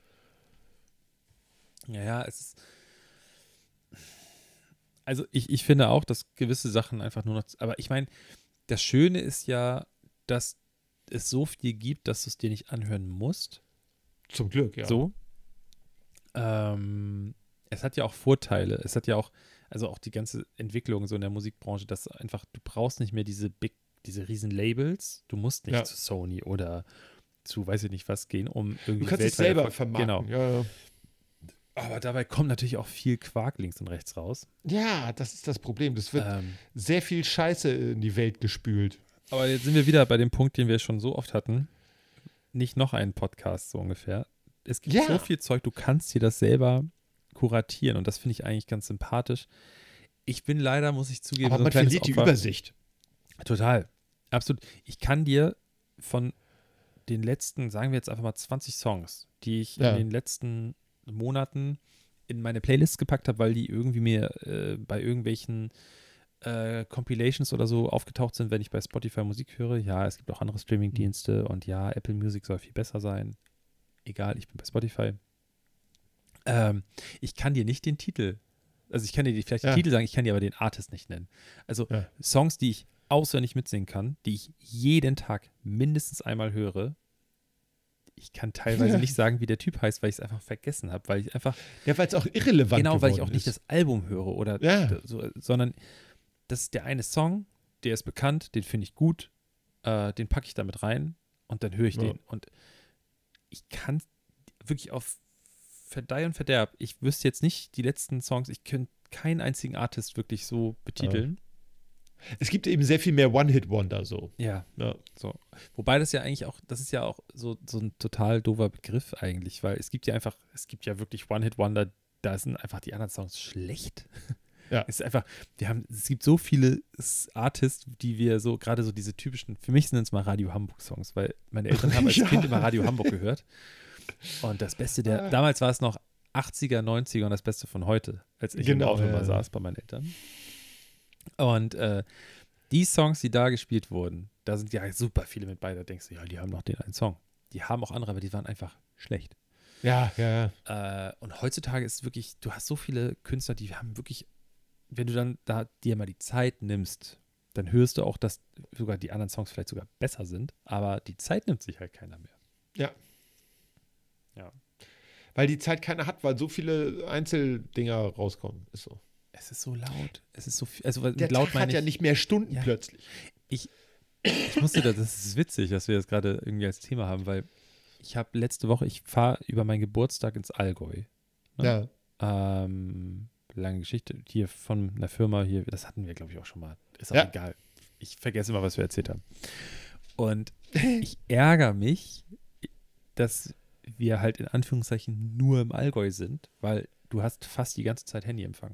Speaker 3: Ja, ja, es ist. Also ich, ich finde auch, dass gewisse Sachen einfach nur noch. Aber ich meine, das Schöne ist ja, dass es so viel gibt, dass du es dir nicht anhören musst.
Speaker 2: Zum Glück, ja.
Speaker 3: So. Ähm, es hat ja auch Vorteile. Es hat ja auch, also auch die ganze Entwicklung so in der Musikbranche, dass einfach, du brauchst nicht mehr diese Big, diese riesen Labels. Du musst nicht
Speaker 2: Ja.
Speaker 3: zu Sony oder zu weiß ich nicht was gehen, um irgendwie
Speaker 2: Du kannst es
Speaker 3: weltweit
Speaker 2: selber
Speaker 3: Erfolg-
Speaker 2: vermarkten.
Speaker 3: Genau.
Speaker 2: Ja, ja.
Speaker 3: Aber dabei kommt natürlich auch viel Quark links und rechts raus.
Speaker 2: Ja, das ist das Problem. Das wird
Speaker 3: Ähm,
Speaker 2: sehr viel Scheiße in die Welt gespült.
Speaker 3: aber jetzt sind wir wieder bei dem Punkt, den wir schon so oft hatten. Nicht noch einen Podcast, so ungefähr. Es gibt
Speaker 2: Ja.
Speaker 3: so viel Zeug, du kannst dir das selber kuratieren und das finde ich eigentlich ganz sympathisch. Ich bin leider, muss ich zugeben,
Speaker 2: Aber
Speaker 3: so ein
Speaker 2: man
Speaker 3: kleines
Speaker 2: verliert die
Speaker 3: Opfer.
Speaker 2: Übersicht.
Speaker 3: Total. Absolut. Ich kann dir von den letzten, sagen wir jetzt einfach mal zwanzig Songs, die ich
Speaker 2: Ja.
Speaker 3: in den letzten Monaten in meine Playlists gepackt habe, weil die irgendwie mir äh, bei irgendwelchen äh, Compilations oder so aufgetaucht sind, wenn ich bei Spotify Musik höre. Ja, es gibt auch andere Streaming-Dienste und ja, Apple Music soll viel besser sein. Egal, ich bin bei Spotify. Ähm, ich kann dir nicht den Titel, also ich kann dir die, vielleicht
Speaker 2: Ja.
Speaker 3: den Titel sagen, ich kann dir aber den Artist nicht nennen. Also
Speaker 2: Ja.
Speaker 3: Songs, die ich auswendig mitsingen kann, die ich jeden Tag mindestens einmal höre. Ich kann teilweise nicht sagen, wie der Typ heißt, weil ich es einfach vergessen habe, weil ich einfach,
Speaker 2: Ja, weil es auch irrelevant
Speaker 3: genau, weil ich auch
Speaker 2: geworden
Speaker 3: nicht
Speaker 2: ist.
Speaker 3: das Album höre oder
Speaker 2: Ja.
Speaker 3: so, sondern das ist der eine Song, der ist bekannt, den finde ich gut, äh, den packe ich damit rein und dann höre ich
Speaker 2: Ja.
Speaker 3: den. Und ich kann wirklich auf Verdeih und Verderb, ich wüsste jetzt nicht die letzten Songs, ich könnte keinen einzigen Artist wirklich so betiteln.
Speaker 2: Es gibt eben sehr viel mehr One-Hit-Wonder so.
Speaker 3: Ja.
Speaker 2: Ja.
Speaker 3: So. Wobei das ja eigentlich auch, das ist ja auch so, so ein total doofer Begriff eigentlich, weil es gibt ja einfach, es gibt ja wirklich One-Hit-Wonder, da sind einfach die anderen Songs schlecht.
Speaker 2: Ja.
Speaker 3: Es ist einfach, wir haben, es gibt so viele S- Artists, die wir so, gerade so diese typischen, für mich sind es mal Radio Hamburg-Songs, weil meine Eltern haben als
Speaker 2: Ja.
Speaker 3: Kind immer Radio Hamburg gehört. Und das Beste der,
Speaker 2: Ah.
Speaker 3: damals war es noch achtziger, neunziger und das Beste von heute, als ich
Speaker 2: Genau,
Speaker 3: im Auto
Speaker 2: ja,
Speaker 3: immer
Speaker 2: ja.
Speaker 3: saß bei meinen Eltern. Und äh, die Songs, die da gespielt wurden, da sind ja super viele mit bei, da denkst du, ja, die haben noch den einen Song. Die haben auch andere, aber die waren einfach schlecht.
Speaker 2: Ja, ja, ja.
Speaker 3: Äh, und heutzutage ist wirklich, du hast so viele Künstler, die haben wirklich, wenn du dann da dir mal die Zeit nimmst, dann hörst du auch, dass sogar die anderen Songs vielleicht sogar besser sind, aber die Zeit nimmt sich halt keiner mehr.
Speaker 2: Ja.
Speaker 3: Ja.
Speaker 2: Weil die Zeit keiner hat, weil so viele Einzeldinger rauskommen. Ist so.
Speaker 3: Es ist so laut. Es ist so viel, also weil
Speaker 2: Der
Speaker 3: mit laut
Speaker 2: Tag
Speaker 3: meine
Speaker 2: hat
Speaker 3: ich,
Speaker 2: ja nicht mehr Stunden
Speaker 3: Ja.
Speaker 2: plötzlich.
Speaker 3: ich musste da, das ist witzig, dass wir das gerade irgendwie als Thema haben, weil ich habe letzte Woche, ich fahre über meinen Geburtstag ins Allgäu. Ne?
Speaker 2: Ja.
Speaker 3: Ähm, lange Geschichte. Hier von einer Firma hier, das hatten wir, glaube ich, auch schon mal. Ist auch
Speaker 2: Ja.
Speaker 3: egal. ich vergesse immer, was wir erzählt haben. Und ich ärgere mich, dass wir halt in Anführungszeichen nur im Allgäu sind, weil du hast fast die ganze Zeit Handyempfang.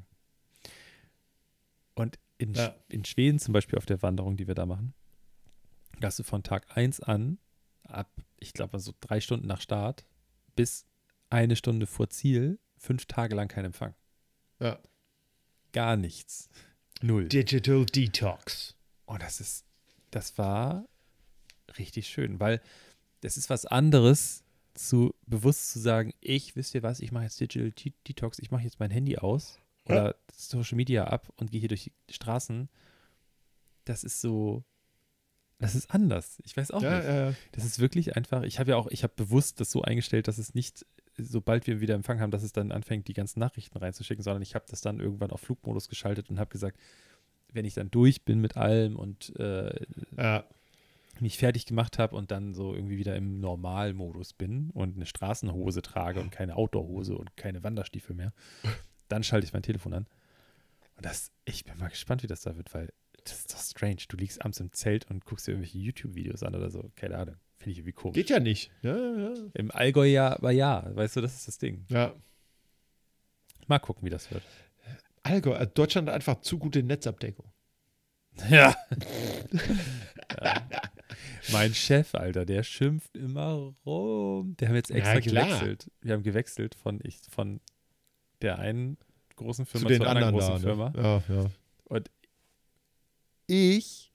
Speaker 3: Und in,
Speaker 2: Ja.
Speaker 3: in Schweden zum Beispiel auf der Wanderung, die wir da machen, da hast du von Tag eins an, ab, ich glaube, so drei Stunden nach Start, bis eine Stunde vor Ziel, fünf Tage lang kein Empfang.
Speaker 2: Ja.
Speaker 3: Gar nichts. Null.
Speaker 2: Digital Detox.
Speaker 3: Oh, das ist, das war richtig schön, weil das ist was anderes, zu bewusst zu sagen, ich, wisst ihr was, ich mache jetzt Digital De- Detox, ich mache jetzt mein Handy aus oder
Speaker 2: Ja.
Speaker 3: Social Media ab und gehe hier durch die Straßen. Das ist so, das ist anders. Ich weiß auch
Speaker 2: Ja,
Speaker 3: nicht.
Speaker 2: ja, ja.
Speaker 3: Das ist wirklich einfach, ich habe ja auch, ich habe bewusst das so eingestellt, dass es nicht, sobald wir wieder Empfang haben, dass es dann anfängt, die ganzen Nachrichten reinzuschicken, sondern ich habe das dann irgendwann auf Flugmodus geschaltet und habe gesagt, wenn ich dann durch bin mit allem und äh,
Speaker 2: ja.
Speaker 3: mich fertig gemacht habe und dann so irgendwie wieder im Normalmodus bin und eine Straßenhose trage und keine Outdoorhose und keine Wanderstiefel mehr, dann schalte ich mein Telefon an. Und das, ich bin mal gespannt, wie das da wird, weil das ist doch strange. Du liegst abends im Zelt und guckst dir irgendwelche YouTube-Videos an oder so. Keine Ahnung. Finde ich irgendwie komisch.
Speaker 2: Geht ja nicht. Ja, ja,
Speaker 3: Im Allgäu ja, aber ja. Weißt du, das ist das Ding.
Speaker 2: ja.
Speaker 3: Mal gucken, wie das wird.
Speaker 2: Allgäu, äh, Deutschland hat einfach zu gute Netzabdeckung.
Speaker 3: Ja. ja. Mein Chef, Alter, der schimpft immer rum. Der haben jetzt extra
Speaker 2: Ja, klar.
Speaker 3: gewechselt. Wir haben gewechselt von, ich, von der einen großen Firma
Speaker 2: Zu den
Speaker 3: zur anderen
Speaker 2: anderen
Speaker 3: großen
Speaker 2: da.
Speaker 3: Firma.
Speaker 2: Ne? Ja, ja.
Speaker 3: Und ich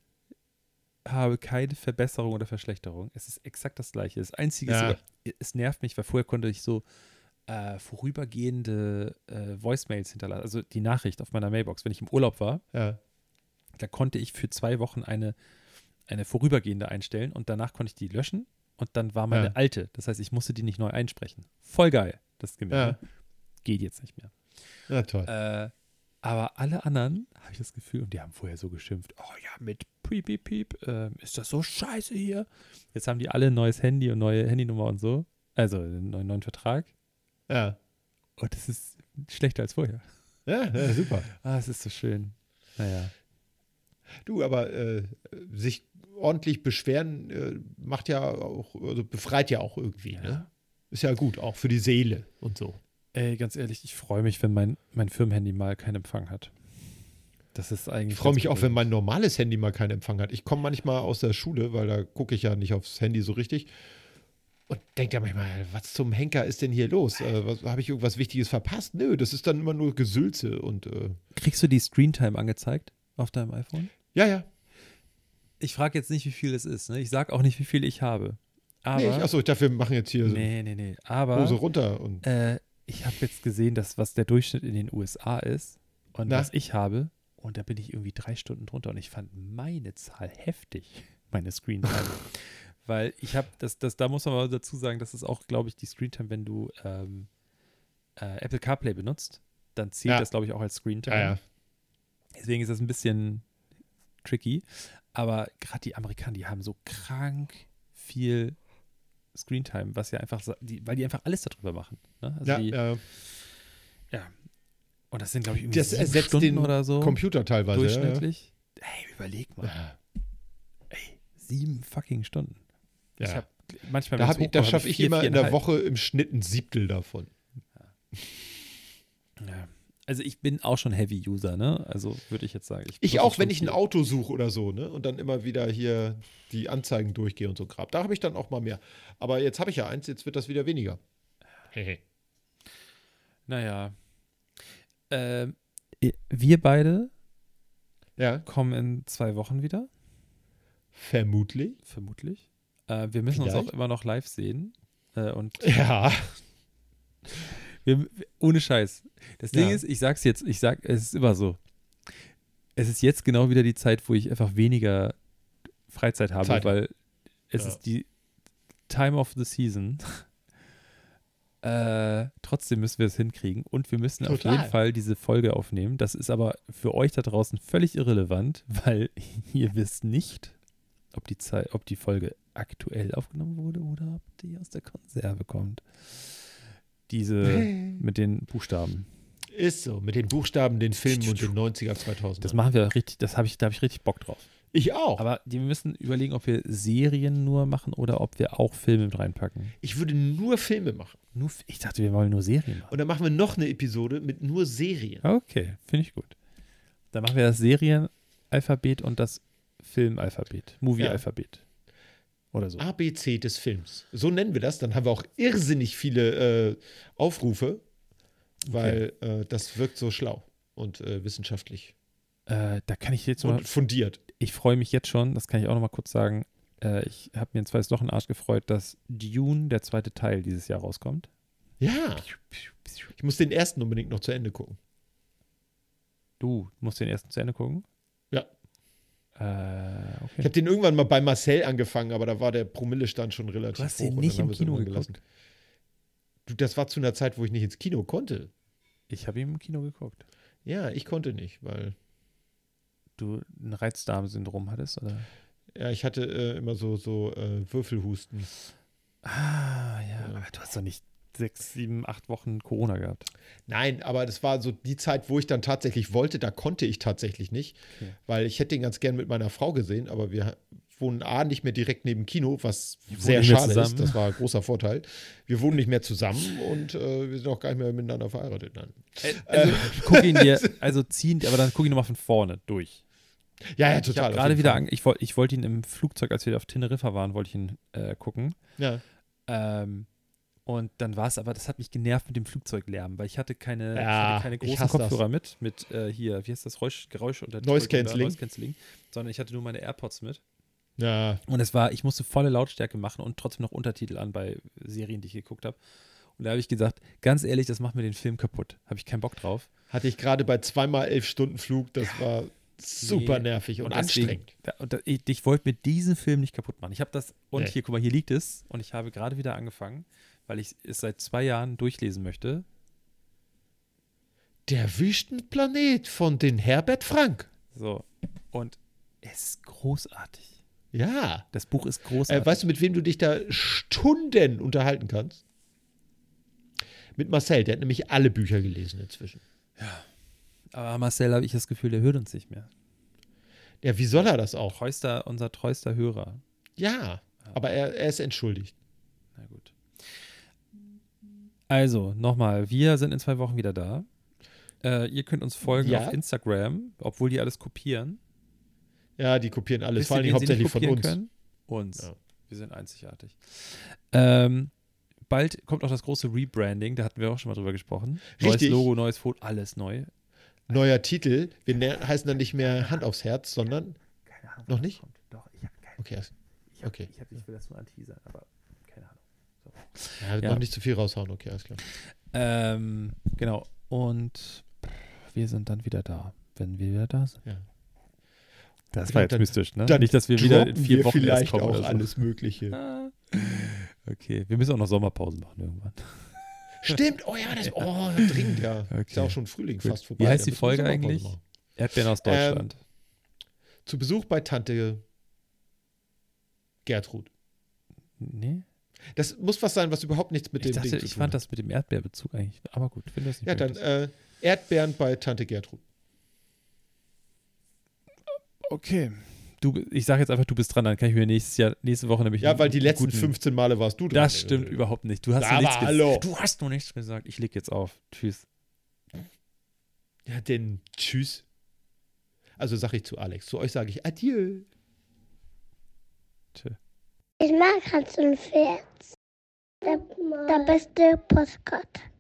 Speaker 3: habe keine Verbesserung oder Verschlechterung. Es ist exakt das Gleiche. Das Einzige
Speaker 2: Ja.
Speaker 3: ist sogar, es nervt mich, weil vorher konnte ich so äh, vorübergehende äh, Voicemails hinterlassen. Also die Nachricht auf meiner Mailbox, wenn ich im Urlaub war,
Speaker 2: ja.
Speaker 3: da konnte ich für zwei Wochen eine, eine vorübergehende einstellen und danach konnte ich die löschen und dann war meine
Speaker 2: Ja.
Speaker 3: alte. Das heißt, ich musste die nicht neu einsprechen. Voll geil, das Gemäß.
Speaker 2: Ja.
Speaker 3: Geht jetzt nicht mehr.
Speaker 2: Ja, toll.
Speaker 3: Äh, aber alle anderen, habe ich das Gefühl, und die haben vorher so geschimpft, oh ja, mit Piep, Piep, Piep, ähm, ist das so scheiße hier. Jetzt haben die alle ein neues Handy und neue Handynummer und so. Also einen neuen, neuen Vertrag.
Speaker 2: Ja.
Speaker 3: Und es ist schlechter als vorher.
Speaker 2: Ja, ja, super.
Speaker 3: Ah, es ist so schön. Naja.
Speaker 2: Du, aber äh, sich ordentlich beschweren äh, macht ja auch, also befreit ja auch irgendwie,
Speaker 3: Ja.
Speaker 2: ne? Ist ja gut, auch für die Seele und so.
Speaker 3: Ey, ganz ehrlich, ich freue mich, wenn mein, mein Firmenhandy mal keinen Empfang hat. Das ist eigentlich.
Speaker 2: Ich freue mich
Speaker 3: ganz
Speaker 2: auch, wenn
Speaker 3: cool.
Speaker 2: mein normales Handy mal keinen Empfang hat. Ich komme manchmal aus der Schule, weil da gucke ich ja nicht aufs Handy so richtig. Und denke ja manchmal, was zum Henker ist denn hier los? Äh, was, habe ich irgendwas Wichtiges verpasst? Nö, das ist dann immer nur Gesülze und äh,
Speaker 3: Kriegst du die Screentime angezeigt auf deinem iPhone?
Speaker 2: ja, ja.
Speaker 3: Ich frage jetzt nicht, wie viel es ist. Ne? Ich sage auch nicht, wie viel ich habe. Aber.
Speaker 2: Nee, ich, achso, ich dachte, wir machen jetzt hier
Speaker 3: nee, nee, nee. Aber.
Speaker 2: Hose runter. Und,
Speaker 3: Äh, ich habe jetzt gesehen, dass was der Durchschnitt in den U S A ist und
Speaker 2: Na?
Speaker 3: was ich habe. Und da bin ich irgendwie drei Stunden drunter und ich fand meine Zahl heftig, meine Screentime. Weil ich habe, das, das, da muss man mal dazu sagen, das ist auch, glaube ich, die Screentime, wenn du ähm, äh, Apple CarPlay benutzt, dann zählt
Speaker 2: Ja.
Speaker 3: das, glaube ich, auch als Screentime.
Speaker 2: ja, ja.
Speaker 3: Deswegen ist das ein bisschen tricky. Aber gerade die Amerikaner, die haben so krank viel Screentime, was ja einfach, sa- die, weil die einfach alles darüber machen. Ne? Also
Speaker 2: ja,
Speaker 3: die,
Speaker 2: ja.
Speaker 3: ja. Und das sind, glaube ich, irgendwie
Speaker 2: Das
Speaker 3: sieben
Speaker 2: ersetzt
Speaker 3: Stunden
Speaker 2: den
Speaker 3: oder so
Speaker 2: Computer teilweise.
Speaker 3: durchschnittlich. Ey, überleg mal.
Speaker 2: Ja, ja.
Speaker 3: Ey, sieben fucking Stunden.
Speaker 2: Ja.
Speaker 3: Ich hab manchmal,
Speaker 2: Da,
Speaker 3: wenn's
Speaker 2: hab ich-
Speaker 3: hochkommt,
Speaker 2: da
Speaker 3: hab
Speaker 2: schaffe ich
Speaker 3: vier,
Speaker 2: immer in der
Speaker 3: viereinhalb.
Speaker 2: Woche im Schnitt ein Siebtel davon.
Speaker 3: Ja. Also ich bin auch schon Heavy-User, ne? Also würde ich jetzt sagen.
Speaker 2: Ich
Speaker 3: benutze
Speaker 2: auch,
Speaker 3: schon
Speaker 2: wenn ich ein
Speaker 3: viel.
Speaker 2: Auto suche oder so, ne? Und dann immer wieder hier die Anzeigen durchgehe und so Grab. Da habe ich dann auch mal mehr. Aber jetzt habe ich ja eins, jetzt wird das wieder weniger.
Speaker 3: Naja. Ähm, wir beide
Speaker 2: Ja,
Speaker 3: kommen in zwei Wochen wieder,
Speaker 2: vermutlich.
Speaker 3: vermutlich. Äh, wir müssen uns
Speaker 2: Vielleicht.
Speaker 3: auch immer noch live sehen. Äh, und
Speaker 2: Ja.
Speaker 3: wir, ohne Scheiß. Das Ding
Speaker 2: Ja.
Speaker 3: ist, ich sag's jetzt, ich sag, es ist immer so. Es ist jetzt genau wieder die Zeit, wo ich einfach weniger Freizeit habe,
Speaker 2: Zeit.
Speaker 3: weil es
Speaker 2: Ja.
Speaker 3: ist die Time of the Season. äh, trotzdem müssen wir es hinkriegen und wir müssen auf
Speaker 2: Total.
Speaker 3: jeden Fall diese Folge aufnehmen. Das ist aber für euch da draußen völlig irrelevant, weil ihr wisst nicht, ob die, Zeit, ob die Folge aktuell aufgenommen wurde oder ob die aus der Konserve kommt. Diese mit den Buchstaben.
Speaker 2: Ist so, mit den Buchstaben, den Filmen und den neunziger, zweitausender.
Speaker 3: Das machen wir richtig, das habe ich, da habe ich richtig Bock drauf.
Speaker 2: Ich auch.
Speaker 3: Aber die müssen überlegen, ob wir Serien nur machen oder ob wir auch Filme mit reinpacken.
Speaker 2: Ich würde nur Filme machen.
Speaker 3: Nur, ich dachte, wir wollen nur Serien machen.
Speaker 2: Und dann machen wir noch eine Episode mit nur Serien.
Speaker 3: Okay, finde ich gut. Dann machen wir das Serienalphabet und das Filmalphabet. Movie-Alphabet. Oder so.
Speaker 2: A B C des Films. So nennen wir das. Dann haben wir auch irrsinnig viele äh, Aufrufe, weil äh, das wirkt so schlau und äh, wissenschaftlich
Speaker 3: Äh, da kann ich jetzt mal,
Speaker 2: und fundiert.
Speaker 3: ich freue mich jetzt schon, das kann ich auch noch mal kurz sagen. Äh, ich habe mir ein zweites Loch in den Arsch gefreut, dass Dune, der zweite Teil, dieses Jahr rauskommt.
Speaker 2: Ja. Ich muss den ersten unbedingt noch zu Ende gucken.
Speaker 3: Du musst den ersten zu Ende gucken?
Speaker 2: Ja.
Speaker 3: Äh, okay.
Speaker 2: Ich habe den irgendwann mal bei Marcel angefangen, aber da war der Promillestand schon relativ
Speaker 3: Du hast
Speaker 2: hoch.
Speaker 3: den
Speaker 2: und
Speaker 3: nicht
Speaker 2: dann
Speaker 3: im
Speaker 2: haben wir es
Speaker 3: Kino
Speaker 2: irgendwann
Speaker 3: geguckt?
Speaker 2: gelassen. Du, das war zu einer Zeit, wo ich nicht ins Kino konnte.
Speaker 3: Ich habe ihn im Kino geguckt.
Speaker 2: Ja, ich konnte nicht, weil
Speaker 3: Du ein Reizdarmsyndrom hattest, oder?
Speaker 2: ja, ich hatte äh, immer so, so äh, Würfelhusten.
Speaker 3: Ah, ja.
Speaker 2: Ja.
Speaker 3: Aber du hast doch nicht sechs, sieben, acht Wochen Corona gehabt.
Speaker 2: Nein, aber das war so die Zeit, wo ich dann tatsächlich wollte, da konnte ich tatsächlich nicht,
Speaker 3: Okay.
Speaker 2: weil ich hätte ihn ganz gern mit meiner Frau gesehen, aber wir wohnen A, nicht mehr direkt neben Kino, was
Speaker 3: Ihr wohnt
Speaker 2: sehr
Speaker 3: nicht mehr
Speaker 2: schade
Speaker 3: zusammen.
Speaker 2: ist, das war ein großer Vorteil. Wir wohnen nicht mehr zusammen und äh, wir sind auch gar nicht mehr miteinander verheiratet. Nein.
Speaker 3: Also, guck ihn dir, also ziehen, aber dann guck ihn nochmal von vorne durch.
Speaker 2: Ja, ja,
Speaker 3: Ich
Speaker 2: total.
Speaker 3: habe
Speaker 2: auf
Speaker 3: gerade
Speaker 2: jeden
Speaker 3: wieder,
Speaker 2: Fall.
Speaker 3: an, ich, woll, ich wollte ihn im Flugzeug, als wir auf Teneriffa waren, wollte ich ihn äh, gucken.
Speaker 2: Ja.
Speaker 3: Ähm, und dann war es aber, das hat mich genervt mit dem Flugzeuglärm, weil ich hatte keine, ich
Speaker 2: Ja,
Speaker 3: hatte keine
Speaker 2: ich
Speaker 3: großen
Speaker 2: hasse das.
Speaker 3: Kopfhörer mit, mit äh, hier, wie heißt das, Räusch, Geräusch oder
Speaker 2: Noise Cancelling.
Speaker 3: Noise Cancelling, sondern ich hatte nur meine AirPods mit.
Speaker 2: Ja,
Speaker 3: Und es war, ich musste volle Lautstärke machen und trotzdem noch Untertitel an bei Serien, die ich geguckt habe. Und da habe ich gesagt, ganz ehrlich, das macht mir den Film kaputt. Habe ich keinen Bock drauf.
Speaker 2: hatte ich gerade bei zweimal elf Stunden Flug, das war super
Speaker 3: Nee.
Speaker 2: nervig und,
Speaker 3: deswegen-
Speaker 2: anstrengend.
Speaker 3: Da, und da, ich, ich wollte mir diesen Film nicht kaputt machen. Ich habe das, und
Speaker 2: Nee.
Speaker 3: hier, guck mal, hier liegt es. Und ich habe gerade wieder angefangen, weil ich es seit zwei Jahren durchlesen möchte.
Speaker 2: Der Wüstenplanet von den Herbert Frank.
Speaker 3: So. Und es ist großartig.
Speaker 2: Ja.
Speaker 3: Das Buch ist großartig.
Speaker 2: Äh, weißt du, mit wem du dich da Stunden unterhalten kannst? Mit Marcel, der hat nämlich alle Bücher gelesen inzwischen.
Speaker 3: Aber Marcel, habe ich das Gefühl, der hört uns nicht mehr.
Speaker 2: Ja, wie soll er das auch?
Speaker 3: Treuster, unser treuster Hörer.
Speaker 2: Ja, aber er, er ist entschuldigt.
Speaker 3: Na gut. Also, nochmal, wir sind in zwei Wochen wieder da. Äh, ihr könnt uns folgen
Speaker 2: Ja.
Speaker 3: auf Instagram, obwohl die alles kopieren.
Speaker 2: Ja, die kopieren alles,
Speaker 3: Wisst
Speaker 2: vor
Speaker 3: ihr,
Speaker 2: allem
Speaker 3: wen sie nicht
Speaker 2: hauptsächlich von
Speaker 3: kopieren
Speaker 2: uns.
Speaker 3: können? Uns.
Speaker 2: Ja.
Speaker 3: Wir sind einzigartig. Ähm, bald kommt auch das große Rebranding, da hatten wir auch schon mal drüber gesprochen. Neues
Speaker 2: Richtig.
Speaker 3: Logo, neues Foto, alles neu.
Speaker 2: Neuer Titel. Wir ner- heißen dann nicht mehr Hand aufs Herz, sondern.
Speaker 3: Keine Ahnung,
Speaker 2: Noch
Speaker 3: was
Speaker 2: nicht?
Speaker 3: kommt. Doch, ich habe keine
Speaker 2: Okay, also-
Speaker 3: ich hab,
Speaker 2: okay.
Speaker 3: Ich, hab, ich will das nur anteasern, aber keine Ahnung. So.
Speaker 2: ja,
Speaker 3: Ja.
Speaker 2: noch nicht zu viel raushauen, okay, alles klar.
Speaker 3: Ähm, genau. Und wir sind dann wieder da, wenn wir wieder da sind.
Speaker 2: Ja.
Speaker 3: Das
Speaker 2: Ja,
Speaker 3: war jetzt
Speaker 2: dann-
Speaker 3: mystisch, ne?
Speaker 2: Dann
Speaker 3: Nicht, dass wir wieder in
Speaker 2: droppen
Speaker 3: vier
Speaker 2: wir
Speaker 3: Wochen erst
Speaker 2: vielleicht
Speaker 3: kommen
Speaker 2: auch
Speaker 3: oder so.
Speaker 2: alles Mögliche.
Speaker 3: Ah. Okay, wir müssen auch noch Sommerpause machen irgendwann.
Speaker 2: Stimmt, oh ja, das oh, dringend, ja. Ist
Speaker 3: Okay.
Speaker 2: ja auch schon Frühling
Speaker 3: Gut.
Speaker 2: fast vorbei.
Speaker 3: Wie heißt
Speaker 2: da
Speaker 3: die
Speaker 2: müssen wir
Speaker 3: Folge
Speaker 2: Sommerpause
Speaker 3: eigentlich?
Speaker 2: machen.
Speaker 3: Erdbeeren aus Deutschland.
Speaker 2: Zu Besuch bei Tante Gertrud.
Speaker 3: Nee?
Speaker 2: Das muss was sein, was überhaupt nichts mit
Speaker 3: Ich
Speaker 2: dem
Speaker 3: dachte,
Speaker 2: Ding zu
Speaker 3: ich
Speaker 2: tun
Speaker 3: fand
Speaker 2: hat.
Speaker 3: das mit dem Erdbeerbezug eigentlich. Aber gut, finde das nicht
Speaker 2: Ja, dann
Speaker 3: möglich.
Speaker 2: äh, Erdbeeren bei Tante Gertrud.
Speaker 3: Okay. Du, ich sage jetzt einfach, du bist dran, dann kann ich mir nächstes Jahr, nächste Woche nämlich.
Speaker 2: Ja,
Speaker 3: einen
Speaker 2: weil die letzten
Speaker 3: guten-
Speaker 2: fünfzehn Male warst du dran.
Speaker 3: Das stimmt überhaupt nicht. Du hast
Speaker 2: Aber
Speaker 3: nur nichts
Speaker 2: hallo.
Speaker 3: gesagt. Du hast nur nichts gesagt. Ich leg jetzt auf. Tschüss.
Speaker 2: Ja, denn tschüss. Also sage ich zu Alex. Zu euch sage ich Adieu.
Speaker 3: Tschö.
Speaker 6: Ich mag Hans und Pferd. Der, der beste Postkarte.